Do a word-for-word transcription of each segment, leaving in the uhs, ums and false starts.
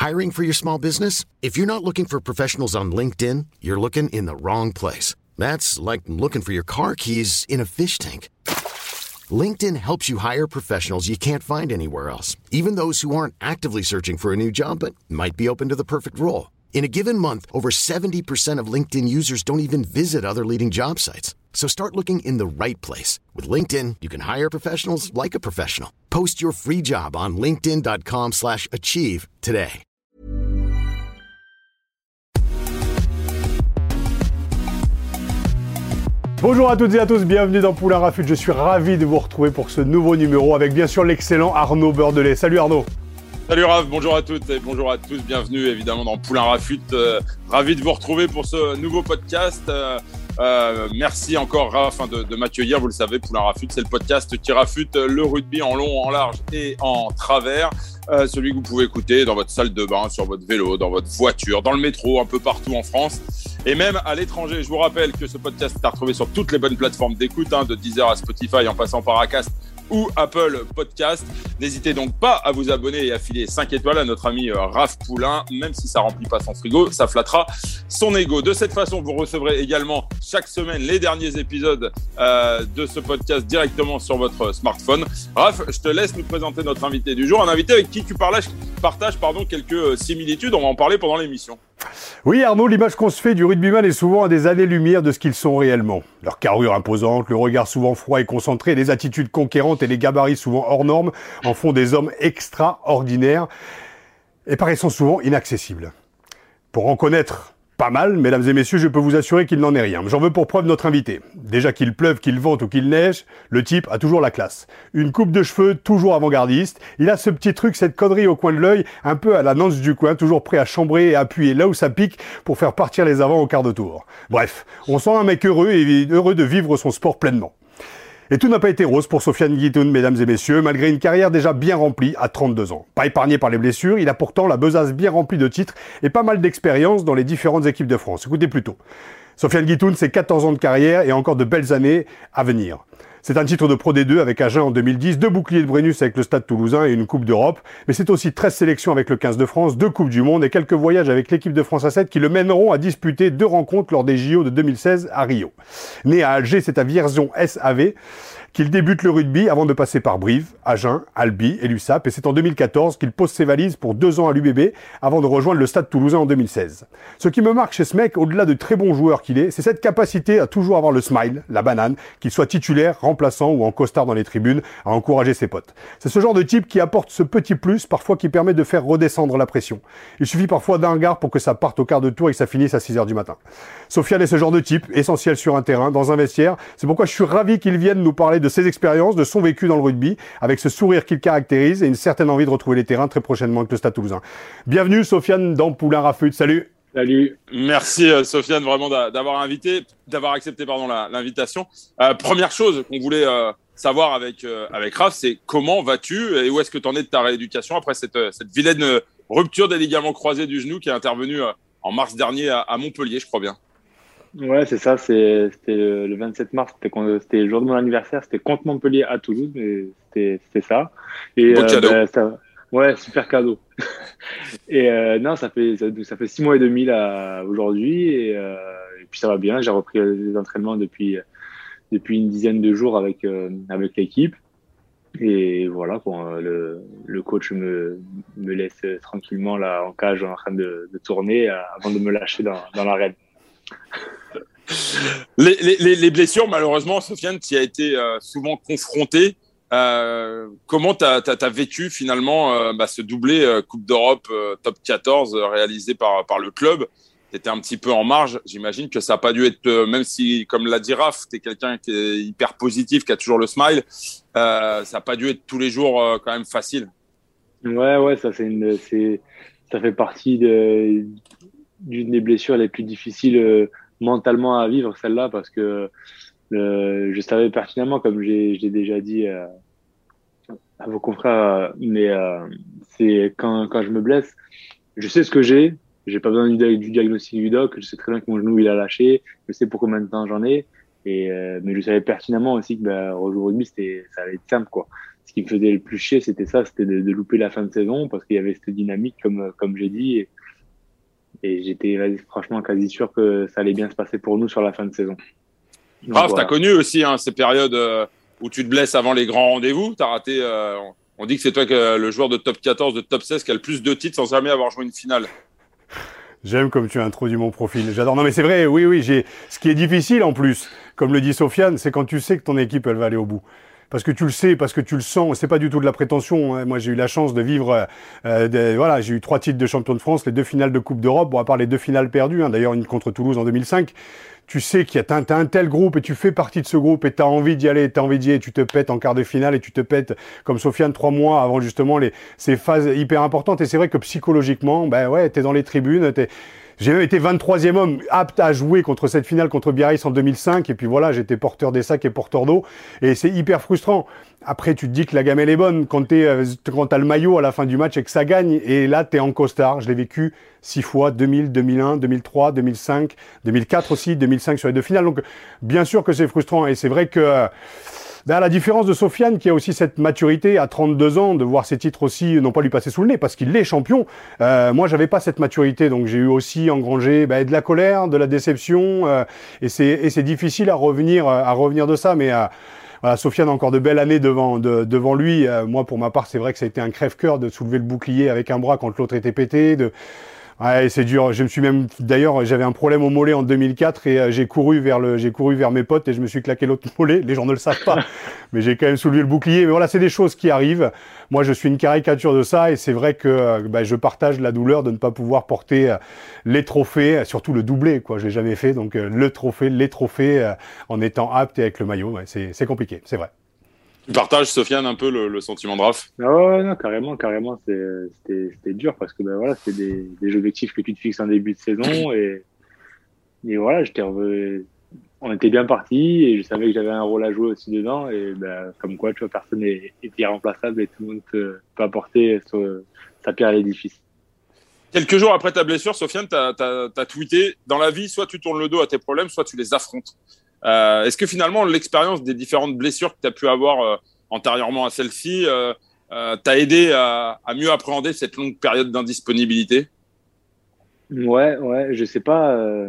Hiring for your small business? If you're not looking for professionals on LinkedIn, you're looking in the wrong place. That's like looking for your car keys in a fish tank. LinkedIn helps you hire professionals you can't find anywhere else, even those who aren't actively searching for a new job but might be open to the perfect role. In a given month, over seventy percent of LinkedIn users don't even visit other leading job sites. So start looking in the right place. With LinkedIn, you can hire professionals like a professional. Post your free job on linkedin dot com slash achieve today. Bonjour à toutes et à tous, bienvenue dans Poulain Rafut. Je suis ravi de vous retrouver pour ce nouveau numéro avec bien sûr l'excellent Arnaud Beurdelet. Salut Arnaud. Salut Raph, bonjour à toutes et bonjour à tous, bienvenue évidemment dans Poulain Rafut. Euh, ravi de vous retrouver pour ce nouveau podcast. Euh, euh, merci encore Raph hein, de, de m'accueillir, vous le savez, Poulain Rafut, c'est le podcast qui rafute le rugby en long, en large et en travers. Euh, celui que vous pouvez écouter dans votre salle de bain, sur votre vélo, dans votre voiture, dans le métro, un peu partout en France et même à l'étranger. Je vous rappelle que ce podcast est à retrouver sur toutes les bonnes plateformes d'écoute, hein, de Deezer à Spotify en passant par Acast ou Apple Podcast. N'hésitez donc pas à vous abonner et à filer cinq étoiles à notre ami euh, Raph Poulain, même si ça remplit pas son frigo, ça flattera son ego. De cette façon, vous recevrez également chaque semaine les derniers épisodes euh, de ce podcast directement sur votre smartphone. Raph, je te laisse nous présenter notre invité du jour, un invité avec qui tu partages, partages pardon, quelques similitudes, on va en parler pendant l'émission. Oui Arnaud, l'image qu'on se fait du rugbyman est souvent à des années-lumière de ce qu'ils sont réellement. Leur carrure imposante, le regard souvent froid et concentré, les attitudes conquérantes et les gabarits souvent hors normes en font des hommes extraordinaires et paraissant souvent inaccessibles. Pour en connaître pas mal, mesdames et messieurs, je peux vous assurer qu'il n'en est rien. J'en veux pour preuve notre invité. Déjà qu'il pleuve, qu'il vente ou qu'il neige, le type a toujours la classe. Une coupe de cheveux toujours avant-gardiste. Il a ce petit truc, cette connerie au coin de l'œil, un peu à la Nance du coin, toujours prêt à chambrer et appuyer là où ça pique pour faire partir les avants au quart de tour. Bref, on sent un mec heureux et heureux de vivre son sport pleinement. Et tout n'a pas été rose pour Sofiane Guitoun, mesdames et messieurs, malgré une carrière déjà bien remplie à trente-deux ans. Pas épargné par les blessures, il a pourtant la besace bien remplie de titres et pas mal d'expérience dans les différentes équipes de France. Écoutez plutôt. Sofiane Guitoun, c'est quatorze ans de carrière et encore de belles années à venir. C'est un titre de Pro D deux avec Agen en deux mille dix, deux boucliers de Brennus avec le Stade Toulousain et une Coupe d'Europe. Mais c'est aussi treize sélections avec le quinze de France, deux Coupes du Monde et quelques voyages avec l'équipe de France A sept qui le mèneront à disputer deux rencontres lors des J O de deux mille seize à Rio. Né à Alger, c'est à Vierzon S A V qu'il débute le rugby avant de passer par Brive, Agen, Albi et l'U S A P. Et c'est en deux mille quatorze qu'il pose ses valises pour deux ans à l'U B B avant de rejoindre le Stade Toulousain en deux mille seize. Ce qui me marque chez ce mec, au-delà de très bon joueur qu'il est, c'est cette capacité à toujours avoir le smile, la banane, qu'il soit titulaire, remplaçant ou en costard dans les tribunes, à encourager ses potes. C'est ce genre de type qui apporte ce petit plus, parfois qui permet de faire redescendre la pression. Il suffit parfois d'un regard pour que ça parte au quart de tour et que ça finisse à six heures du matin. Sofiane est ce genre de type, essentiel sur un terrain, dans un vestiaire. C'est pourquoi je suis ravi qu'il vienne nous parler de ses expériences, de son vécu dans le rugby, avec ce sourire qu'il caractérise et une certaine envie de retrouver les terrains très prochainement avec le Stade Toulousain. Bienvenue Sofiane dans Poulain Rafut, salut. Salut. Merci euh, Sofiane vraiment d'a- d'avoir invité, d'avoir accepté pardon la- l'invitation. Euh, première chose qu'on voulait euh, savoir avec euh, avec Raph, c'est comment vas-tu et où est-ce que tu en es de ta rééducation après cette euh, cette vilaine euh, rupture des ligaments croisés du genou qui est intervenue euh, en mars dernier à, à Montpellier, je crois bien. Ouais, c'est ça. C'est, c'était le, le vingt-sept mars. C'était, quand, c'était le jour de mon anniversaire. C'était contre Montpellier à Toulouse, mais c'était, c'était ça. Et, Beau euh, cadeau. bah, ça, ouais, super cadeau. et euh, non, ça fait ça, ça fait six mois et demi là aujourd'hui, et, euh, et puis ça va bien. J'ai repris les entraînements depuis depuis une dizaine de jours avec euh, avec l'équipe. Et voilà, bon, le, le coach me, me laisse tranquillement là en cage en train de, de tourner euh, avant de me lâcher dans, dans l'arène. Les, les, les blessures, malheureusement, Sofiane, tu y as été euh, souvent confronté. Euh, comment tu as vécu finalement euh, bah, ce doublé euh, Coupe d'Europe euh, top quatorze euh, réalisé par, par le club? Tu étais un petit peu en marge. J'imagine que ça n'a pas dû être, euh, même si, comme l'a dit Raph, tu es quelqu'un qui est hyper positif, qui a toujours le smile, euh, ça n'a pas dû être tous les jours euh, quand même facile. Ouais, ouais, ça, c'est une, c'est, ça fait partie de, d'une des blessures les plus difficiles euh, mentalement à vivre, celle-là, parce que euh, je savais pertinemment, comme j'ai, j'ai déjà dit euh, à vos confrères, mais euh, c'est quand, quand je me blesse, je sais ce que j'ai, j'ai pas besoin du, du diagnostic du doc, je sais très bien que mon genou il a lâché, je sais pour combien de temps j'en ai, et euh, mais je savais pertinemment aussi que bah, rejouer au rugby, c'était, ça allait être simple, quoi. ce qui me faisait le plus chier, c'était ça, c'était de, de louper la fin de saison parce qu'il y avait cette dynamique, comme, comme j'ai dit. Et, et j'étais franchement quasi sûr que ça allait bien se passer pour nous sur la fin de saison. Donc, Raph, voilà. Tu as connu aussi hein, ces périodes euh, où tu te blesses avant les grands rendez-vous. Tu as raté. Euh, on dit que c'est toi que, le joueur de top quatorze, de top seize qui a le plus de titres sans jamais avoir joué une finale. J'aime comme tu as introduit mon profil. J'adore. Non, mais c'est vrai, oui, oui. J'ai... Ce qui est difficile en plus, comme le dit Sofiane, c'est quand tu sais que ton équipe, elle va aller au bout. Parce que tu le sais, parce que tu le sens. C'est pas du tout de la prétention. Hein. Moi, j'ai eu la chance de vivre. Euh, des, voilà, j'ai eu trois titres de champion de France, les deux finales de Coupe d'Europe. Bon, à part les deux finales perdues. Hein, d'ailleurs, une contre Toulouse en deux mille cinq. Tu sais qu'il y a t'as, t'as un tel groupe et tu fais partie de ce groupe et t'as envie d'y aller, t'as envie d'y aller. Tu te pètes en quart de finale et tu te pètes comme Sofiane trois mois avant justement les ces phases hyper importantes. Et c'est vrai que psychologiquement, ben ouais, t'es dans les tribunes. T'es... J'ai même été vingt-troisième homme apte à jouer contre cette finale contre Biarritz en deux mille cinq. Et puis voilà, j'étais porteur des sacs et porteur d'eau. Et c'est hyper frustrant. Après, tu te dis que la gamelle est bonne quand, t'es, quand t'as le maillot à la fin du match et que ça gagne. Et là, t'es en costard. Je l'ai vécu six fois, deux mille, deux mille un, deux mille trois, deux mille cinq, deux mille quatre aussi, deux mille cinq sur les deux finales. Donc, bien sûr que c'est frustrant. Et c'est vrai que... Ben, à la différence de Sofiane, qui a aussi cette maturité à trente-deux ans, de voir ses titres aussi, non pas lui passer sous le nez, parce qu'il est champion. Euh, moi, j'avais pas cette maturité, donc j'ai eu aussi engrangé ben, de la colère, de la déception, euh, et c'est et c'est difficile à revenir à revenir de ça, mais euh, voilà, Sofiane a encore de belles années devant de, devant lui. Euh, moi, pour ma part, c'est vrai que ça a été un crève-cœur de soulever le bouclier avec un bras quand l'autre était pété, de Ouais, c'est dur. Je me suis même, d'ailleurs, j'avais un problème au mollet en deux mille quatre et euh, j'ai couru vers le, j'ai couru vers mes potes et je me suis claqué l'autre mollet. Les gens ne le savent pas, mais j'ai quand même soulevé le bouclier. Mais voilà, c'est des choses qui arrivent. Moi, je suis une caricature de ça et c'est vrai que euh, bah, je partage la douleur de ne pas pouvoir porter euh, les trophées, surtout le doublé, quoi. Je l'ai jamais fait, donc euh, le trophée, les trophées, euh, en étant apte et avec le maillot, ouais, c'est, c'est compliqué, c'est vrai. Tu partages, Sofiane, un peu le, le sentiment de Raph? Ah ouais, non, carrément, carrément, c'est, c'était, c'était dur parce que ben voilà, c'est des, des objectifs que tu te fixes en début de saison et, et voilà, j'étais revenu, on était bien parti et je savais que j'avais un rôle à jouer aussi dedans et ben comme quoi, tu vois, personne n'est irremplaçable et tout le monde peut, peut apporter son, sa pierre à l'édifice. Quelques jours après ta blessure, Sofiane, t'as, t'as, t'as tweeté dans la vie, soit tu tournes le dos à tes problèmes, soit tu les affrontes. Euh, est-ce que finalement l'expérience des différentes blessures que tu as pu avoir euh, antérieurement à celle-ci euh, euh, t'a aidé à, à mieux appréhender cette longue période d'indisponibilité? Ouais, ouais, je sais pas, euh,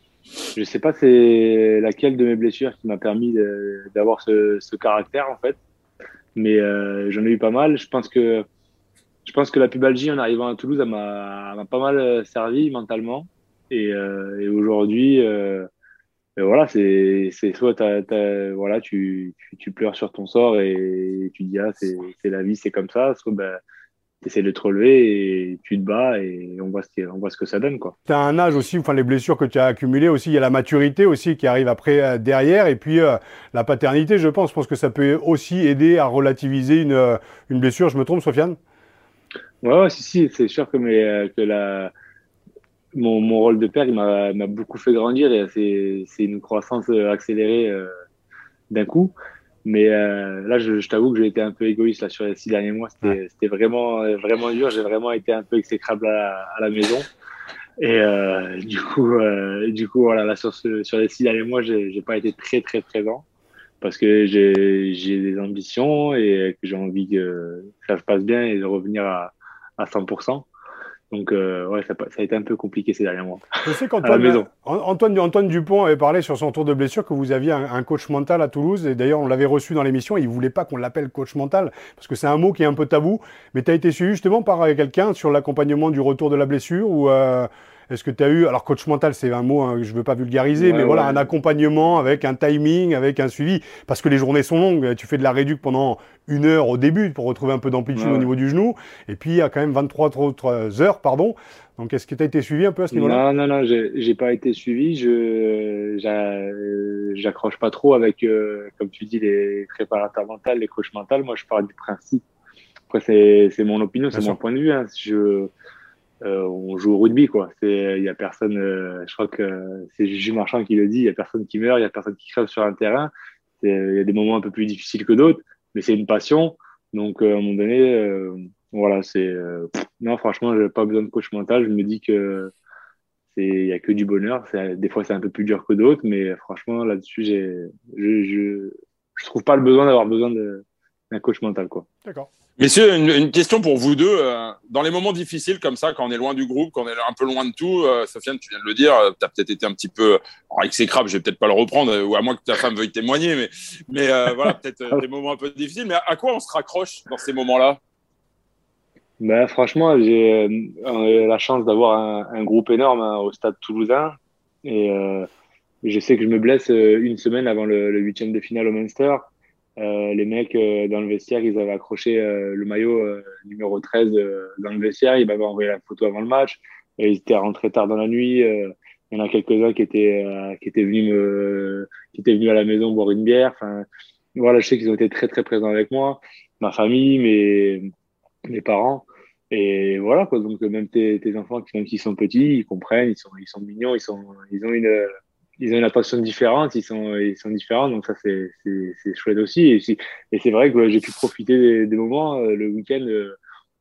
je sais pas c'est laquelle de mes blessures qui m'a permis de, d'avoir ce, ce caractère en fait, mais euh, j'en ai eu pas mal. Je pense que je pense que la pubalgie en arrivant à Toulouse, elle m'a, elle m'a pas mal servi mentalement et, euh, et aujourd'hui. Euh, Et voilà, c'est, c'est soit t'as, t'as, voilà, tu, tu, tu pleures sur ton sort et tu dis, ah, c'est, c'est la vie, c'est comme ça, soit ben, tu essaies de te relever et tu te bats et on voit ce que, on voit ce que ça donne, quoi. Tu as un âge aussi, enfin, les blessures que tu as accumulées aussi, il y a la maturité aussi qui arrive après, euh, derrière, et puis euh, la paternité, je pense. Je pense que ça peut aussi aider à relativiser une, euh, une blessure. Je me trompe, Sofiane? Ouais, ouais, si, si, c'est sûr que, mais, que la, mon, mon rôle de père, il m'a, m'a beaucoup fait grandir et c'est, c'est une croissance accélérée euh, d'un coup. Mais euh, là, je, je t'avoue que j'ai été un peu égoïste là sur les six derniers mois. C'était, ouais. c'était vraiment, vraiment dur. J'ai vraiment été un peu exécrable à, à la maison. Et euh, du coup, euh, du coup, voilà, là sur, ce, sur les six derniers mois, j'ai, j'ai pas été très, très présent parce que j'ai, j'ai des ambitions et que j'ai envie que ça se passe bien et de revenir à, à cent pour cent. Donc, euh, ouais, ça, ça a été un peu compliqué ces derniers mois. Je sais qu'Antoine Antoine, Antoine Dupont avait parlé sur son tour de blessure que vous aviez un, un coach mental à Toulouse. Et d'ailleurs, on l'avait reçu dans l'émission et il ne voulait pas qu'on l'appelle coach mental parce que c'est un mot qui est un peu tabou. Mais tu as été suivi justement par quelqu'un sur l'accompagnement du retour de la blessure ou euh, est-ce que tu as eu... Alors, coach mental, c'est un mot hein, que je ne veux pas vulgariser, ouais, mais ouais. voilà, un accompagnement avec un timing, avec un suivi. Parce que les journées sont longues. Tu fais de la réduc pendant une heure au début pour retrouver un peu d'amplitude ouais, au niveau ouais. du genou. Et puis, il y a quand même vingt-trois autres heures, pardon. Donc, est-ce que tu as été suivi un peu à ce niveau-là? Non, non, non, j'ai, j'ai pas été suivi. Je, j'a, j'accroche pas trop avec, euh, comme tu dis, les préparateurs mentaux, les coachs mentaux. Moi, je parle du principe. Après, c'est, c'est mon opinion, c'est Bien mon sûr. point de vue. Hein. Je, euh, on joue au rugby, quoi. C'est, il y a personne. Euh, je crois que c'est Juju Marchand qui le dit. Il y a personne qui meurt, il y a personne qui crève sur un terrain. C'est, il y a des moments un peu plus difficiles que d'autres, mais c'est une passion. Donc, euh, à un moment donné. Euh, Voilà, c'est euh, non franchement, j'ai pas besoin de coach mental. Je me dis que c'est il y a que du bonheur. C'est, des fois, c'est un peu plus dur que d'autres, mais franchement, là-dessus, j'ai je je je trouve pas le besoin d'avoir besoin de un coach mental, quoi. D'accord. Messieurs, une, une question pour vous deux. Euh, dans les moments difficiles comme ça, quand on est loin du groupe, quand on est un peu loin de tout, euh, Sofiane, tu viens de le dire, tu as peut-être été un petit peu… Alors, avec ses crabes, je vais peut-être pas le reprendre, ou à moins que ta femme veuille témoigner, mais, mais euh, voilà, peut-être euh, des moments un peu difficiles. Mais à, à quoi on se raccroche dans ces moments-là? Ben, franchement, j'ai euh, la chance d'avoir un, un groupe énorme hein, au Stade Toulousain. Et euh, je sais que je me blesse euh, une semaine avant le, le huitième de finale au Munster. Euh, les mecs euh, dans le vestiaire, ils avaient accroché euh, le maillot euh, numéro treize euh, dans le vestiaire. Ils m'avaient envoyé la photo avant le match. Et ils étaient rentrés tard dans la nuit. Euh, il y en a quelques-uns qui étaient euh, qui étaient venus me qui étaient venus à la maison boire une bière. Enfin, voilà, je sais qu'ils ont été très très présents avec moi, ma famille, mes mes parents. Et voilà quoi. Donc même tes, tes enfants qui, même qui sont petits, ils comprennent, ils sont ils sont mignons, ils sont ils ont une ils ont une attention différente, ils sont, ils sont différents, donc ça c'est, c'est, c'est chouette aussi. Et, si, et c'est vrai que j'ai pu profiter des, des moments. Euh, le week-end, euh,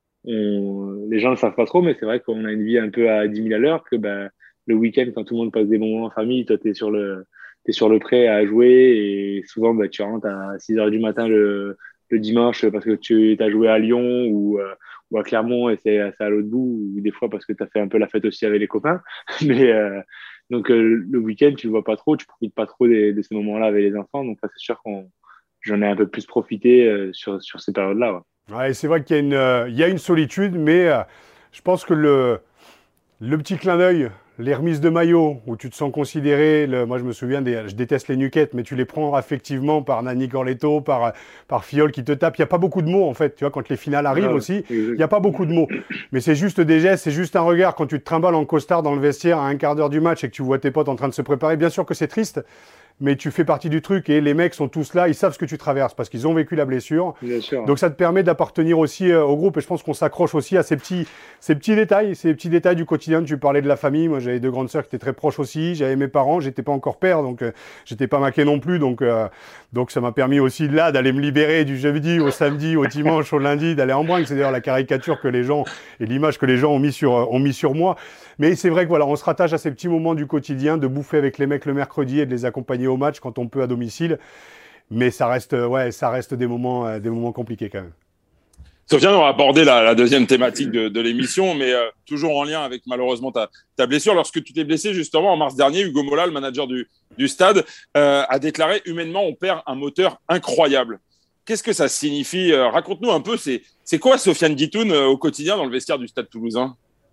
on, les gens ne le savent pas trop, mais c'est vrai qu'on a une vie un peu à dix mille à l'heure, que ben, le week-end, quand tout le monde passe des bons moments en famille, toi t'es sur le, t'es sur le pré à jouer et souvent ben, tu rentres à six heures du matin le, le dimanche parce que tu as joué à Lyon ou, euh, ou à Clermont et c'est, c'est à l'autre bout, ou des fois parce que tu as fait un peu la fête aussi avec les copains. Mais euh, donc euh, le week-end, tu le vois pas trop, tu profites pas trop des, de ces moments-là avec les enfants. Donc ça, c'est sûr qu'on j'en ai un peu plus profité euh, sur, sur ces périodes-là. Ouais. Ouais, c'est vrai qu'il y a une, euh, il y a une solitude, mais euh, je pense que le, le petit clin d'œil, les remises de maillot, où tu te sens considéré, le, moi je me souviens, des, je déteste les nuquettes, mais tu les prends affectivement par Nanni Corletto, par, par Fiol qui te tape. Il n'y a pas beaucoup de mots en fait, tu vois, quand les finales arrivent Ouais, aussi, il n'y a pas beaucoup de mots. Mais c'est juste des gestes, c'est juste un regard. Quand tu te trimbales en costard dans le vestiaire à un quart d'heure du match et que tu vois tes potes en train de se préparer, bien sûr que c'est triste, mais tu fais partie du truc et les mecs sont tous là, ils savent ce que tu traverses parce qu'ils ont vécu la blessure. Bien sûr. Donc ça te permet d'appartenir aussi euh, au groupe et je pense qu'on s'accroche aussi à ces petits, ces petits détails, ces petits détails du quotidien. Tu parlais de la famille, moi j'avais deux grandes sœurs qui étaient très proches aussi, j'avais mes parents, j'étais pas encore père donc euh, j'étais pas maqué non plus donc euh, donc ça m'a permis aussi là d'aller me libérer du jeudi au samedi, au dimanche, au lundi, d'aller en bringue. C'est d'ailleurs la caricature que les gens et l'image que les gens ont mis sur euh, ont mis sur moi. Mais c'est vrai que voilà, on se rattache à ces petits moments du quotidien, de bouffer avec les mecs le mercredi et de les accompagner au match quand on peut à domicile. Mais ça reste, ouais, ça reste des moments, euh, des moments compliqués quand même. Sofiane, on va aborder la, la deuxième thématique de, de l'émission, mais euh, toujours en lien avec malheureusement ta, ta blessure. Lorsque tu t'es blessé justement en mars dernier, Hugo Mola, le manager du, du stade, euh, a déclaré « Humainement, on perd un moteur incroyable ». Qu'est-ce que ça signifie? euh, Raconte-nous un peu, c'est, c'est quoi Sofiane Guitoun euh, au quotidien dans le vestiaire du stade toulousain?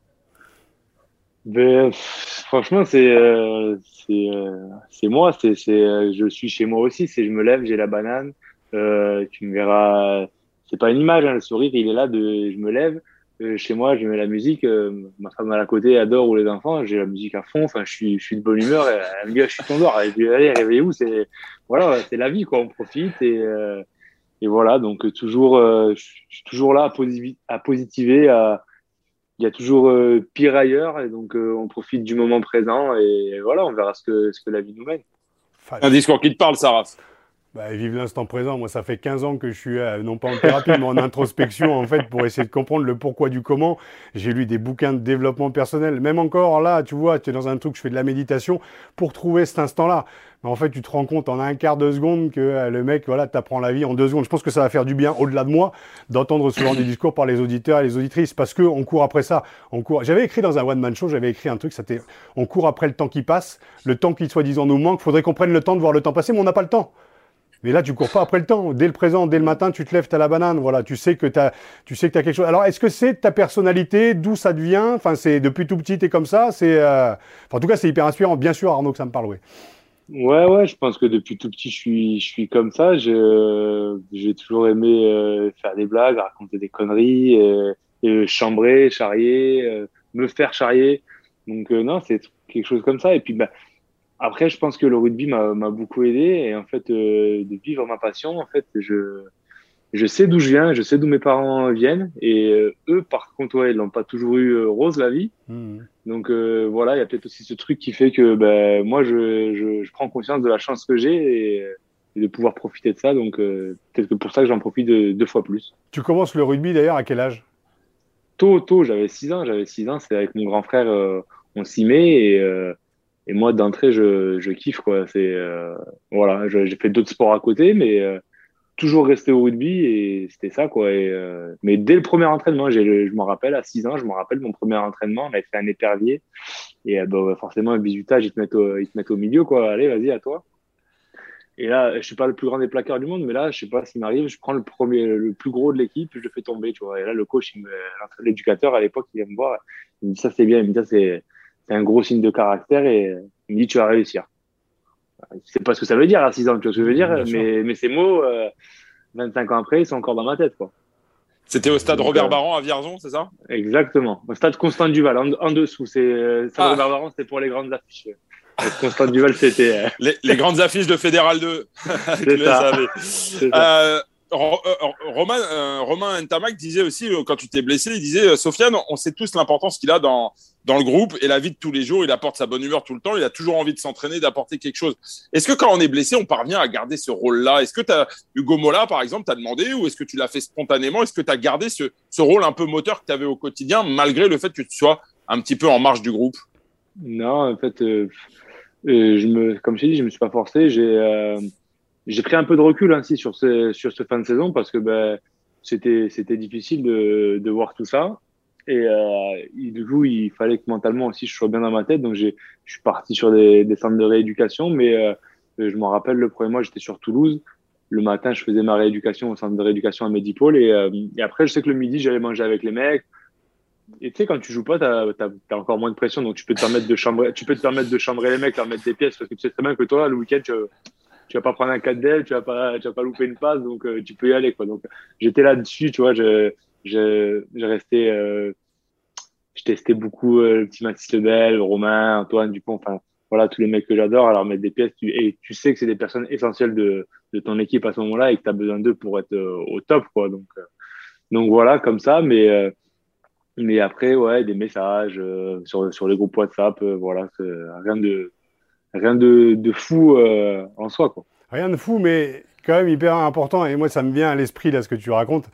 Ben, franchement, c'est euh, c'est euh, c'est moi, c'est c'est euh, je suis chez moi aussi. C'est je me lève, j'ai la banane. Euh, tu me verras. C'est pas une image, hein, le sourire, il est là. De je me lève. Euh, chez moi, je mets la musique. Euh, ma femme à la côté adore ou les enfants. J'ai la musique à fond. Enfin, je suis je suis de bonne humeur. Elle, elle me dit, ah, je suis ton Elle dit, allez, réveillez-vous. C'est voilà, c'est la vie quoi. On profite et euh, et voilà. Donc toujours, euh, je suis toujours là à, posi- à positiver, à il y a toujours euh, pire ailleurs et donc euh, on profite du moment présent et voilà, on verra ce que, ce que la vie nous mène. Un discours qui te parle, Sarah. Bah, vive l'instant présent. Moi, ça fait quinze ans que je suis, euh, non pas en thérapie, mais en introspection, en fait, pour essayer de comprendre le pourquoi du comment. J'ai lu des bouquins de développement personnel. Même encore, là, tu vois, tu es dans un truc, je fais de la méditation pour trouver cet instant-là. Mais en fait, tu te rends compte en un quart de seconde que euh, le mec, voilà, t'apprend la vie en deux secondes. Je pense que ça va faire du bien, au-delà de moi, d'entendre ce genre de discours par les auditeurs et les auditrices, parce que on court après ça. On court. J'avais écrit dans un one-man show, j'avais écrit un truc, c'était, on court après le temps qui passe, le temps qui, soi-disant, nous manque. Faudrait qu'on prenne le temps de voir le temps passer, mais on n'a pas le temps. Mais là, tu cours pas après le temps. Dès le présent, dès le matin, tu te lèves, t'as la banane. Voilà, tu sais que t'as, tu sais que t'as quelque chose. Alors, est-ce que c'est ta personnalité, d'où ça devient? Enfin, c'est depuis tout petit, t'es comme ça. C'est, euh... enfin, en tout cas, c'est hyper inspirant. Bien sûr, Arnaud, que ça me parle, oui. Ouais, ouais, je pense que depuis tout petit, je suis, je suis comme ça. Je, j'ai toujours aimé euh, faire des blagues, raconter des conneries, euh, et chambrer, charrier, euh, me faire charrier. Donc euh, non, c'est quelque chose comme ça. Et puis, bah, après, je pense que le rugby m'a, m'a beaucoup aidé. Et en fait, euh, de vivre ma passion, en fait, je, je sais d'où je viens, je sais d'où mes parents viennent. Et euh, eux, par contre, ouais, ils l'ont pas toujours eu euh, rose la vie. Mmh. Donc euh, voilà, il y a peut-être aussi ce truc qui fait que ben, moi, je, je, je prends conscience de la chance que j'ai et, et de pouvoir profiter de ça. Donc euh, peut-être que pour ça que j'en profite de, deux fois plus. Tu commences le rugby d'ailleurs à quel âge? Tôt, tôt, j'avais six ans. J'avais six ans, c'est avec mon grand frère, euh, on s'y met et, euh, et moi d'entrée, je, je kiffe quoi. C'est euh, voilà, je, j'ai fait d'autres sports à côté, mais euh, toujours resté au rugby et c'était ça, quoi. Et, euh, mais dès le premier entraînement, j'ai, je m'en rappelle, à six ans, je m'en rappelle mon premier entraînement, on avait fait un épervier. Et euh, bah, forcément, un bisutage, ils te mettent au, ils te mettent au milieu, quoi. Allez, vas-y, à toi. Et là, je suis pas le plus grand des plaqueurs du monde, mais là, je sais pas ce qui m'arrive. Je prends le premier, le plus gros de l'équipe, je le fais tomber, tu vois. Et là, le coach, il me, l'éducateur à l'époque, il vient me voir. Il me dit ça, c'est bien. Il me dit ça, c'est, c'est un gros signe de caractère et il me dit tu vas réussir. Je sais pas ce que ça veut dire à six ans, tu vois ce que je veux dire, mais, mais ces mots, euh, vingt-cinq ans après, ils sont encore dans ma tête, quoi. C'était au stade Donc, Robert euh, Baran à Vierzon, c'est ça? Exactement. Au stade Constant Duval, en, en dessous. C'est, euh, stade Ah. Robert Baran, c'était pour les grandes affiches. Constant Duval, c'était. Euh... Les, les grandes affiches de Fédéral deux. C'est ça. C'est ça. Euh, Romain, euh, Romain Ntamak disait aussi, euh, quand tu t'es blessé, il disait euh, Sofiane, on sait tous l'importance qu'il a dans, dans le groupe et la vie de tous les jours. Il apporte sa bonne humeur tout le temps. Il a toujours envie de s'entraîner, d'apporter quelque chose. Est-ce que quand on est blessé, on parvient à garder ce rôle-là? Est-ce que t'as, Hugo Mola, par exemple, t'as demandé ou est-ce que tu l'as fait spontanément? Est-ce que tu as gardé ce, ce rôle un peu moteur que tu avais au quotidien, malgré le fait que tu sois un petit peu en marge du groupe? Non, en fait, euh, euh, je me, comme je t'ai dit, je me suis pas forcé. J'ai, euh, j'ai pris un peu de recul ainsi sur ce, sur ce fin de saison parce que ben, c'était, c'était difficile de, de voir tout ça. Et euh, du coup, il fallait que mentalement aussi je sois bien dans ma tête. Donc, j'ai, je suis parti sur des, des centres de rééducation. Mais euh, je m'en rappelle, le premier mois, j'étais sur Toulouse. Le matin, je faisais ma rééducation au centre de rééducation à Medipôle. Et, euh, et après, je sais que le midi, j'allais manger avec les mecs. Et tu sais, quand tu joues pas, t'as, t'as, t'as encore moins de pression. Donc, tu peux te permettre de chambrer, tu peux te permettre de chambrer les mecs, leur mettre des pièces parce que tu sais très bien que toi, le week-end, tu, tu vas pas prendre un quatre d'aile, tu vas pas, tu vas pas louper une passe. Donc, euh, tu peux y aller, quoi. Donc, j'étais là-dessus, tu vois, je, je, je restais, euh, je testais beaucoup euh, le petit Mathis Lebel, Romain, Antoine Dupont, enfin voilà tous les mecs que j'adore à leur mettre des pièces tu, et tu sais que c'est des personnes essentielles de, de ton équipe à ce moment-là et que tu as besoin d'eux pour être euh, au top, quoi. Donc euh, donc voilà, comme ça, mais euh, mais après ouais, des messages euh, sur sur les groupes WhatsApp, euh, voilà, c'est rien de rien de, de fou euh, en soi, quoi. Rien de fou, mais quand même hyper important. Et moi, ça me vient à l'esprit, là, ce que tu racontes.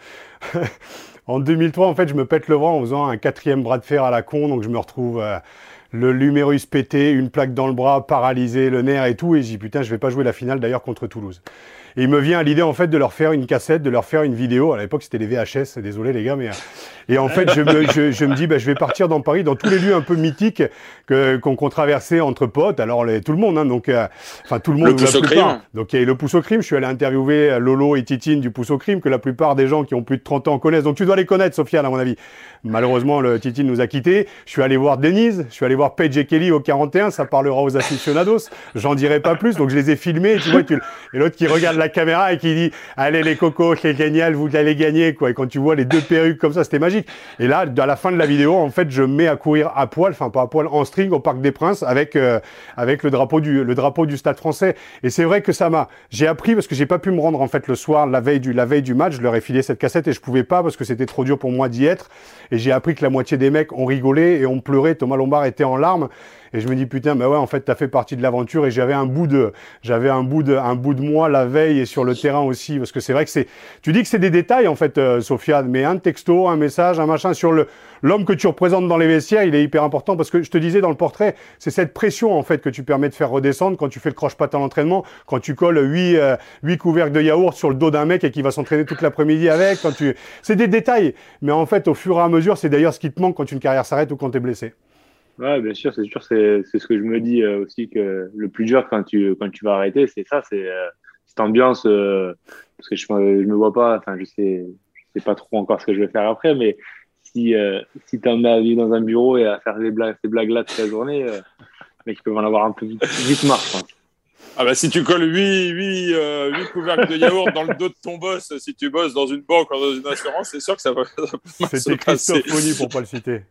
En deux mille trois, en fait, je me pète le bras en faisant un quatrième bras de fer à la con. Donc, je me retrouve euh, le l'humérus pété, une plaque dans le bras, paralysé, le nerf et tout. Et je dis, putain, je vais pas jouer la finale, d'ailleurs, contre Toulouse. Et il me vient à l'idée, en fait, de leur faire une cassette, de leur faire une vidéo. À l'époque, c'était les V H S. Désolé, les gars, mais... Et en fait, je me, je, je me dis, bah, je vais partir dans Paris, dans tous les lieux un peu mythiques que, qu'on, qu'on traversait entre potes. Alors, les, tout le monde, hein, donc, euh, enfin, tout le monde. Le pouce au crime. Donc, il y a eu le pouce au crime. Je suis allé interviewer Lolo et Titine du pouce au crime, que la plupart des gens qui ont plus de trente ans connaissent. Donc, tu dois les connaître, Sofiane, à mon avis. Malheureusement, le Titine nous a quittés. Je suis allé voir Denise. Je suis allé voir Paige et Kelly au quarante et un. Ça parlera aux aficionados. J'en dirai pas plus. Donc, je les ai filmés. Et tu vois, tu, et l'autre qui regarde la caméra et qui dit, allez, les cocos, c'est génial, vous allez gagner, quoi. Et quand tu vois les deux perruques comme ça, c'était magique. Et là, à la fin de la vidéo, en fait, je mets à courir à poil, enfin pas à poil, en string au Parc des Princes avec euh, avec le drapeau du le drapeau du Stade Français. Et c'est vrai que ça m'a, j'ai appris parce que j'ai pas pu me rendre en fait le soir, la veille du la veille du match, je leur ai filé cette cassette et je pouvais pas parce que c'était trop dur pour moi d'y être. Et j'ai appris que la moitié des mecs ont rigolé et ont pleuré. Thomas Lombard était en larmes. Et je me dis putain, bah ouais, en fait, t'as fait partie de l'aventure. Et j'avais un bout de, j'avais un bout de, un bout de moi la veille et sur le terrain aussi, parce que c'est vrai que c'est, tu dis que c'est des détails en fait, euh, Sofiane, mais un texto, un message, un machin sur le, l'homme que tu représentes dans les vestiaires, il est hyper important parce que je te disais dans le portrait, c'est cette pression en fait que tu permets de faire redescendre quand tu fais le croche-patte à l'entraînement, quand tu colles huit, euh, huit couvercles de yaourt sur le dos d'un mec et qui va s'entraîner toute l'après-midi avec, quand tu, c'est des détails. Mais en fait, au fur et à mesure, c'est d'ailleurs ce qui te manque quand une carrière s'arrête ou quand t'es blessé. Ouais, bien sûr, c'est sûr, c'est c'est ce que je me dis euh, aussi que le plus dur quand tu quand tu vas arrêter, c'est ça, c'est euh, cette ambiance euh, parce que je je me vois pas, enfin je sais je sais pas trop encore ce que je vais faire après, mais si euh, si t'en as à vivre dans un bureau et à faire des blagues ces blagues là toute la journée, euh, mec, ils peuvent en avoir un peu vite, vite marre, je pense. Ah bah si tu colles huit, huit, euh, huit couvercles de yaourt dans le dos de ton boss, si tu bosses dans une banque ou dans une assurance, c'est sûr que ça va, ça va C'était Christophe Pony pour pas le citer.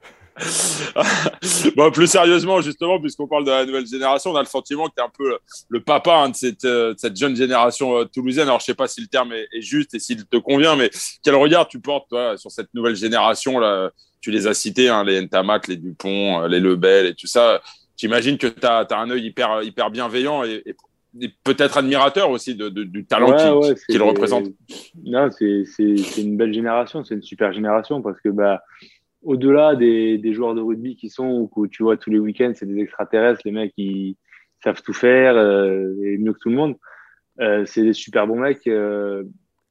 Bon, plus sérieusement, justement, puisqu'on parle de la nouvelle génération, on a le sentiment que tu es un peu le, le papa hein, de, cette, euh, de cette jeune génération euh, toulousaine. Alors, je sais pas si le terme est, est juste et s'il te convient, mais quel regard tu portes toi, sur cette nouvelle génération là? Tu les as cités, hein, les Ntamak, les Dupont, euh, les Lebel et tout ça. J'imagine que tu as un œil hyper, hyper bienveillant et, et, et peut-être admirateur aussi de, de, du talent ouais, qu'il ouais, qui représente. Non, c'est une belle génération, c'est une super génération parce que bah, au-delà des, des joueurs de rugby qui sont, où tu vois tous les week-ends, c'est des extraterrestres, les mecs ils savent tout faire euh, et mieux que tout le monde. Euh, c'est des super bons mecs. Euh,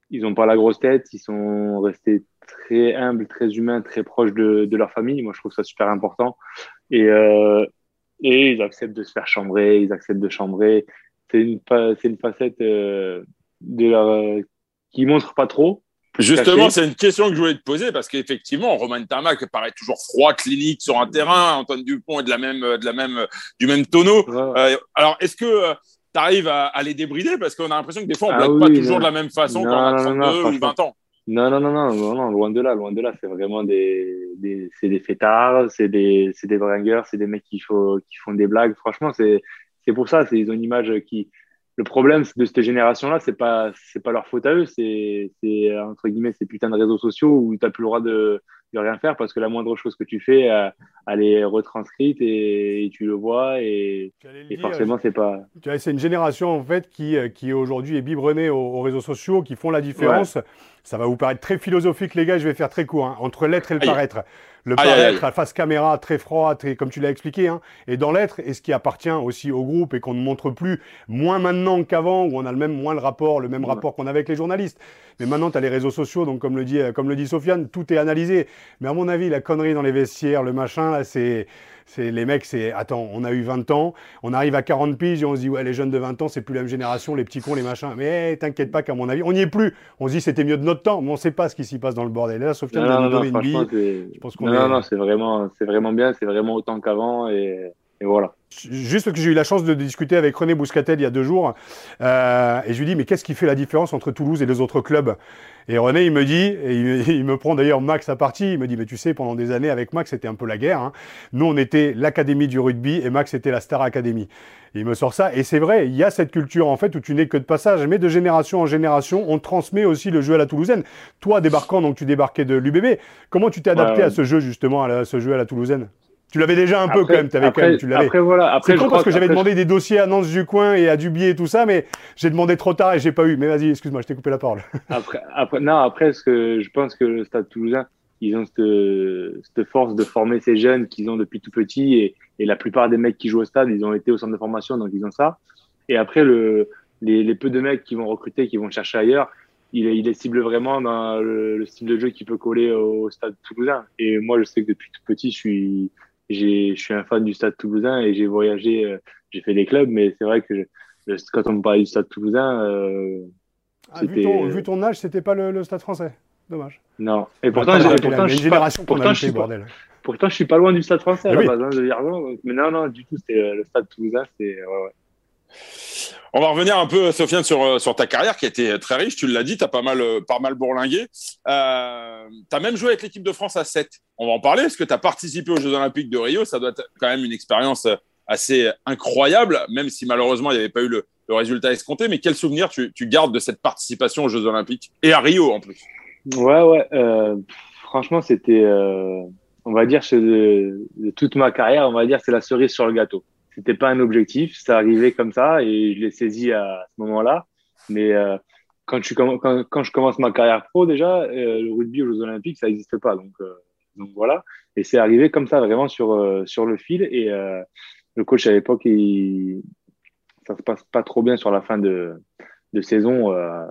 ils ont pas la grosse tête, ils sont restés très humbles, très humains, très proches de, de leur famille. Moi, je trouve ça super important. Et, euh, et ils acceptent de se faire chambrer, ils acceptent de chambrer. C'est une, c'est une facette euh, de leur, euh, qui montre pas trop. Justement, caché. C'est une question que je voulais te poser parce qu'effectivement, Romain Tamac paraît toujours froid, clinique sur un terrain. Antoine Dupont est de la même, de la même, du même tonneau. Ouais. Euh, alors, est-ce que tu arrives à, à les débrider parce qu'on a l'impression que des fois, on ne ah blague oui, pas toujours non. de la même façon non, quand on a trente-deux non, non, ou vingt ans. Non, non, non, non, non, non, loin de là, loin de là. C'est vraiment des, des, c'est des fêtards, c'est des, c'est des bringueurs, c'est des mecs qui, faut, qui font des blagues. Franchement, c'est, c'est pour ça. C'est, ils ont une image qui. Le problème de cette génération-là, c'est pas, c'est pas leur faute à eux. C'est, c'est entre guillemets, ces putains de réseaux sociaux où t'as plus le droit de, de rien faire parce que la moindre chose que tu fais, euh, elle est retranscrite et, et tu le vois et, et dire, forcément, c'est pas. Tu vois, c'est une génération en fait qui, qui aujourd'hui est biberonnée aux, aux réseaux sociaux, qui font la différence. Ouais. Ça va vous paraître très philosophique, les gars. Je vais faire très court hein, entre l'être et le aïe. paraître. Le aïe, paraître, aïe, aïe. face caméra, très froid, très, comme tu l'as expliqué, hein, et dans l'être, et ce qui appartient aussi au groupe et qu'on ne montre plus, moins maintenant qu'avant, où on a le même, moins le rapport, le même ouais. rapport qu'on avait avec les journalistes. Mais maintenant, tu as les réseaux sociaux, donc comme le dit, comme le dit Sofiane, tout est analysé. Mais à mon avis, la connerie dans les vestiaires, le machin, là, c'est... C'est, les mecs, c'est, attends, on a eu vingt ans, on arrive à quarante piges et on se dit, ouais, les jeunes de vingt ans, c'est plus la même génération, les petits cons, les machins. Mais t'inquiète pas qu'à mon avis, on n'y est plus. On se dit, c'était mieux de notre temps, mais on ne sait pas ce qui s'y passe dans le bordel. Et là, Sofiane vient de nous donner une bille. Je pense qu'on non, est... non, non, c'est vraiment, c'est vraiment bien, c'est vraiment autant qu'avant et, et voilà. Juste parce que j'ai eu la chance de discuter avec René Bouscatel il y a deux jours, euh, et je lui dis, mais qu'est-ce qui fait la différence entre Toulouse et les autres clubs? Et René, il me dit, et il, il me prend d'ailleurs Max à partie, il me dit, mais tu sais, pendant des années avec Max, c'était un peu la guerre. Hein. Nous, on était l'académie du rugby et Max était la Star Academy. Et il me sort ça, et c'est vrai, il y a cette culture en fait où tu n'es que de passage, mais de génération en génération, on transmet aussi le jeu à la toulousaine. Toi, débarquant, donc tu débarquais de l'U B B, comment tu t'es adapté ouais, ouais. à ce jeu justement, à ce jeu à la toulousaine? Tu l'avais déjà un peu après, quand même, t'avais après, quand même, tu l'avais. Après voilà, après c'est con parce que j'avais demandé je... des dossiers à Nance du coin et à Dubier et tout ça, mais j'ai demandé trop tard et j'ai pas eu. Mais vas-y, excuse-moi, je t'ai coupé la parole. Après, après, non, après, ce que je pense que le Stade Toulousain, ils ont cette, cette force de former ces jeunes qu'ils ont depuis tout petit et, et la plupart des mecs qui jouent au stade, ils ont été au centre de formation, donc ils ont ça. Et après, le, les, les peu de mecs qui vont recruter, qui vont chercher ailleurs, il, il les cible vraiment dans le, le style de jeu qui peut coller au Stade Toulousain. Et moi, je sais que depuis tout petit, je suis J'ai, je suis un fan du Stade Toulousain et j'ai voyagé, euh, j'ai fait des clubs, mais c'est vrai que je, quand on me parlait du Stade Toulousain, euh, ah, vu, ton, vu ton âge, c'était pas le, le Stade Français. Dommage. Non. Et pourtant, j'ai, pourtant, je suis pas, pourtant, je suis pas, pourtant, je suis pas loin du Stade Français à la base, hein, de Vierzon. Mais non, non, du tout, c'était le Stade Toulousain, c'est ouais, ouais. On va revenir un peu, Sofiane, sur, sur ta carrière qui a été très riche. Tu l'as dit, tu as pas mal, pas mal bourlingué. Euh, tu as même joué avec l'équipe de France à sept. On va en parler. Est-ce que tu as participé aux Jeux Olympiques de Rio? Ça doit être quand même une expérience assez incroyable, même si malheureusement, il n'y avait pas eu le, le résultat escompté. Mais quel souvenir tu, tu gardes de cette participation aux Jeux Olympiques? Et à Rio, en plus. Ouais, ouais. Euh, franchement, c'était, euh, on va dire, de, de toute ma carrière, on va dire, c'est la cerise sur le gâteau. C'était pas un objectif, ça arrivait comme ça et je l'ai saisi à ce moment-là. Mais euh, quand, tu, quand, quand je commence ma carrière pro, déjà, euh, le rugby aux Jeux Olympiques, ça n'existe pas. Donc, euh, donc voilà. Et c'est arrivé comme ça, vraiment sur, euh, sur le fil. Et euh, le coach à l'époque, il, ça se passe pas trop bien sur la fin de, de saison euh,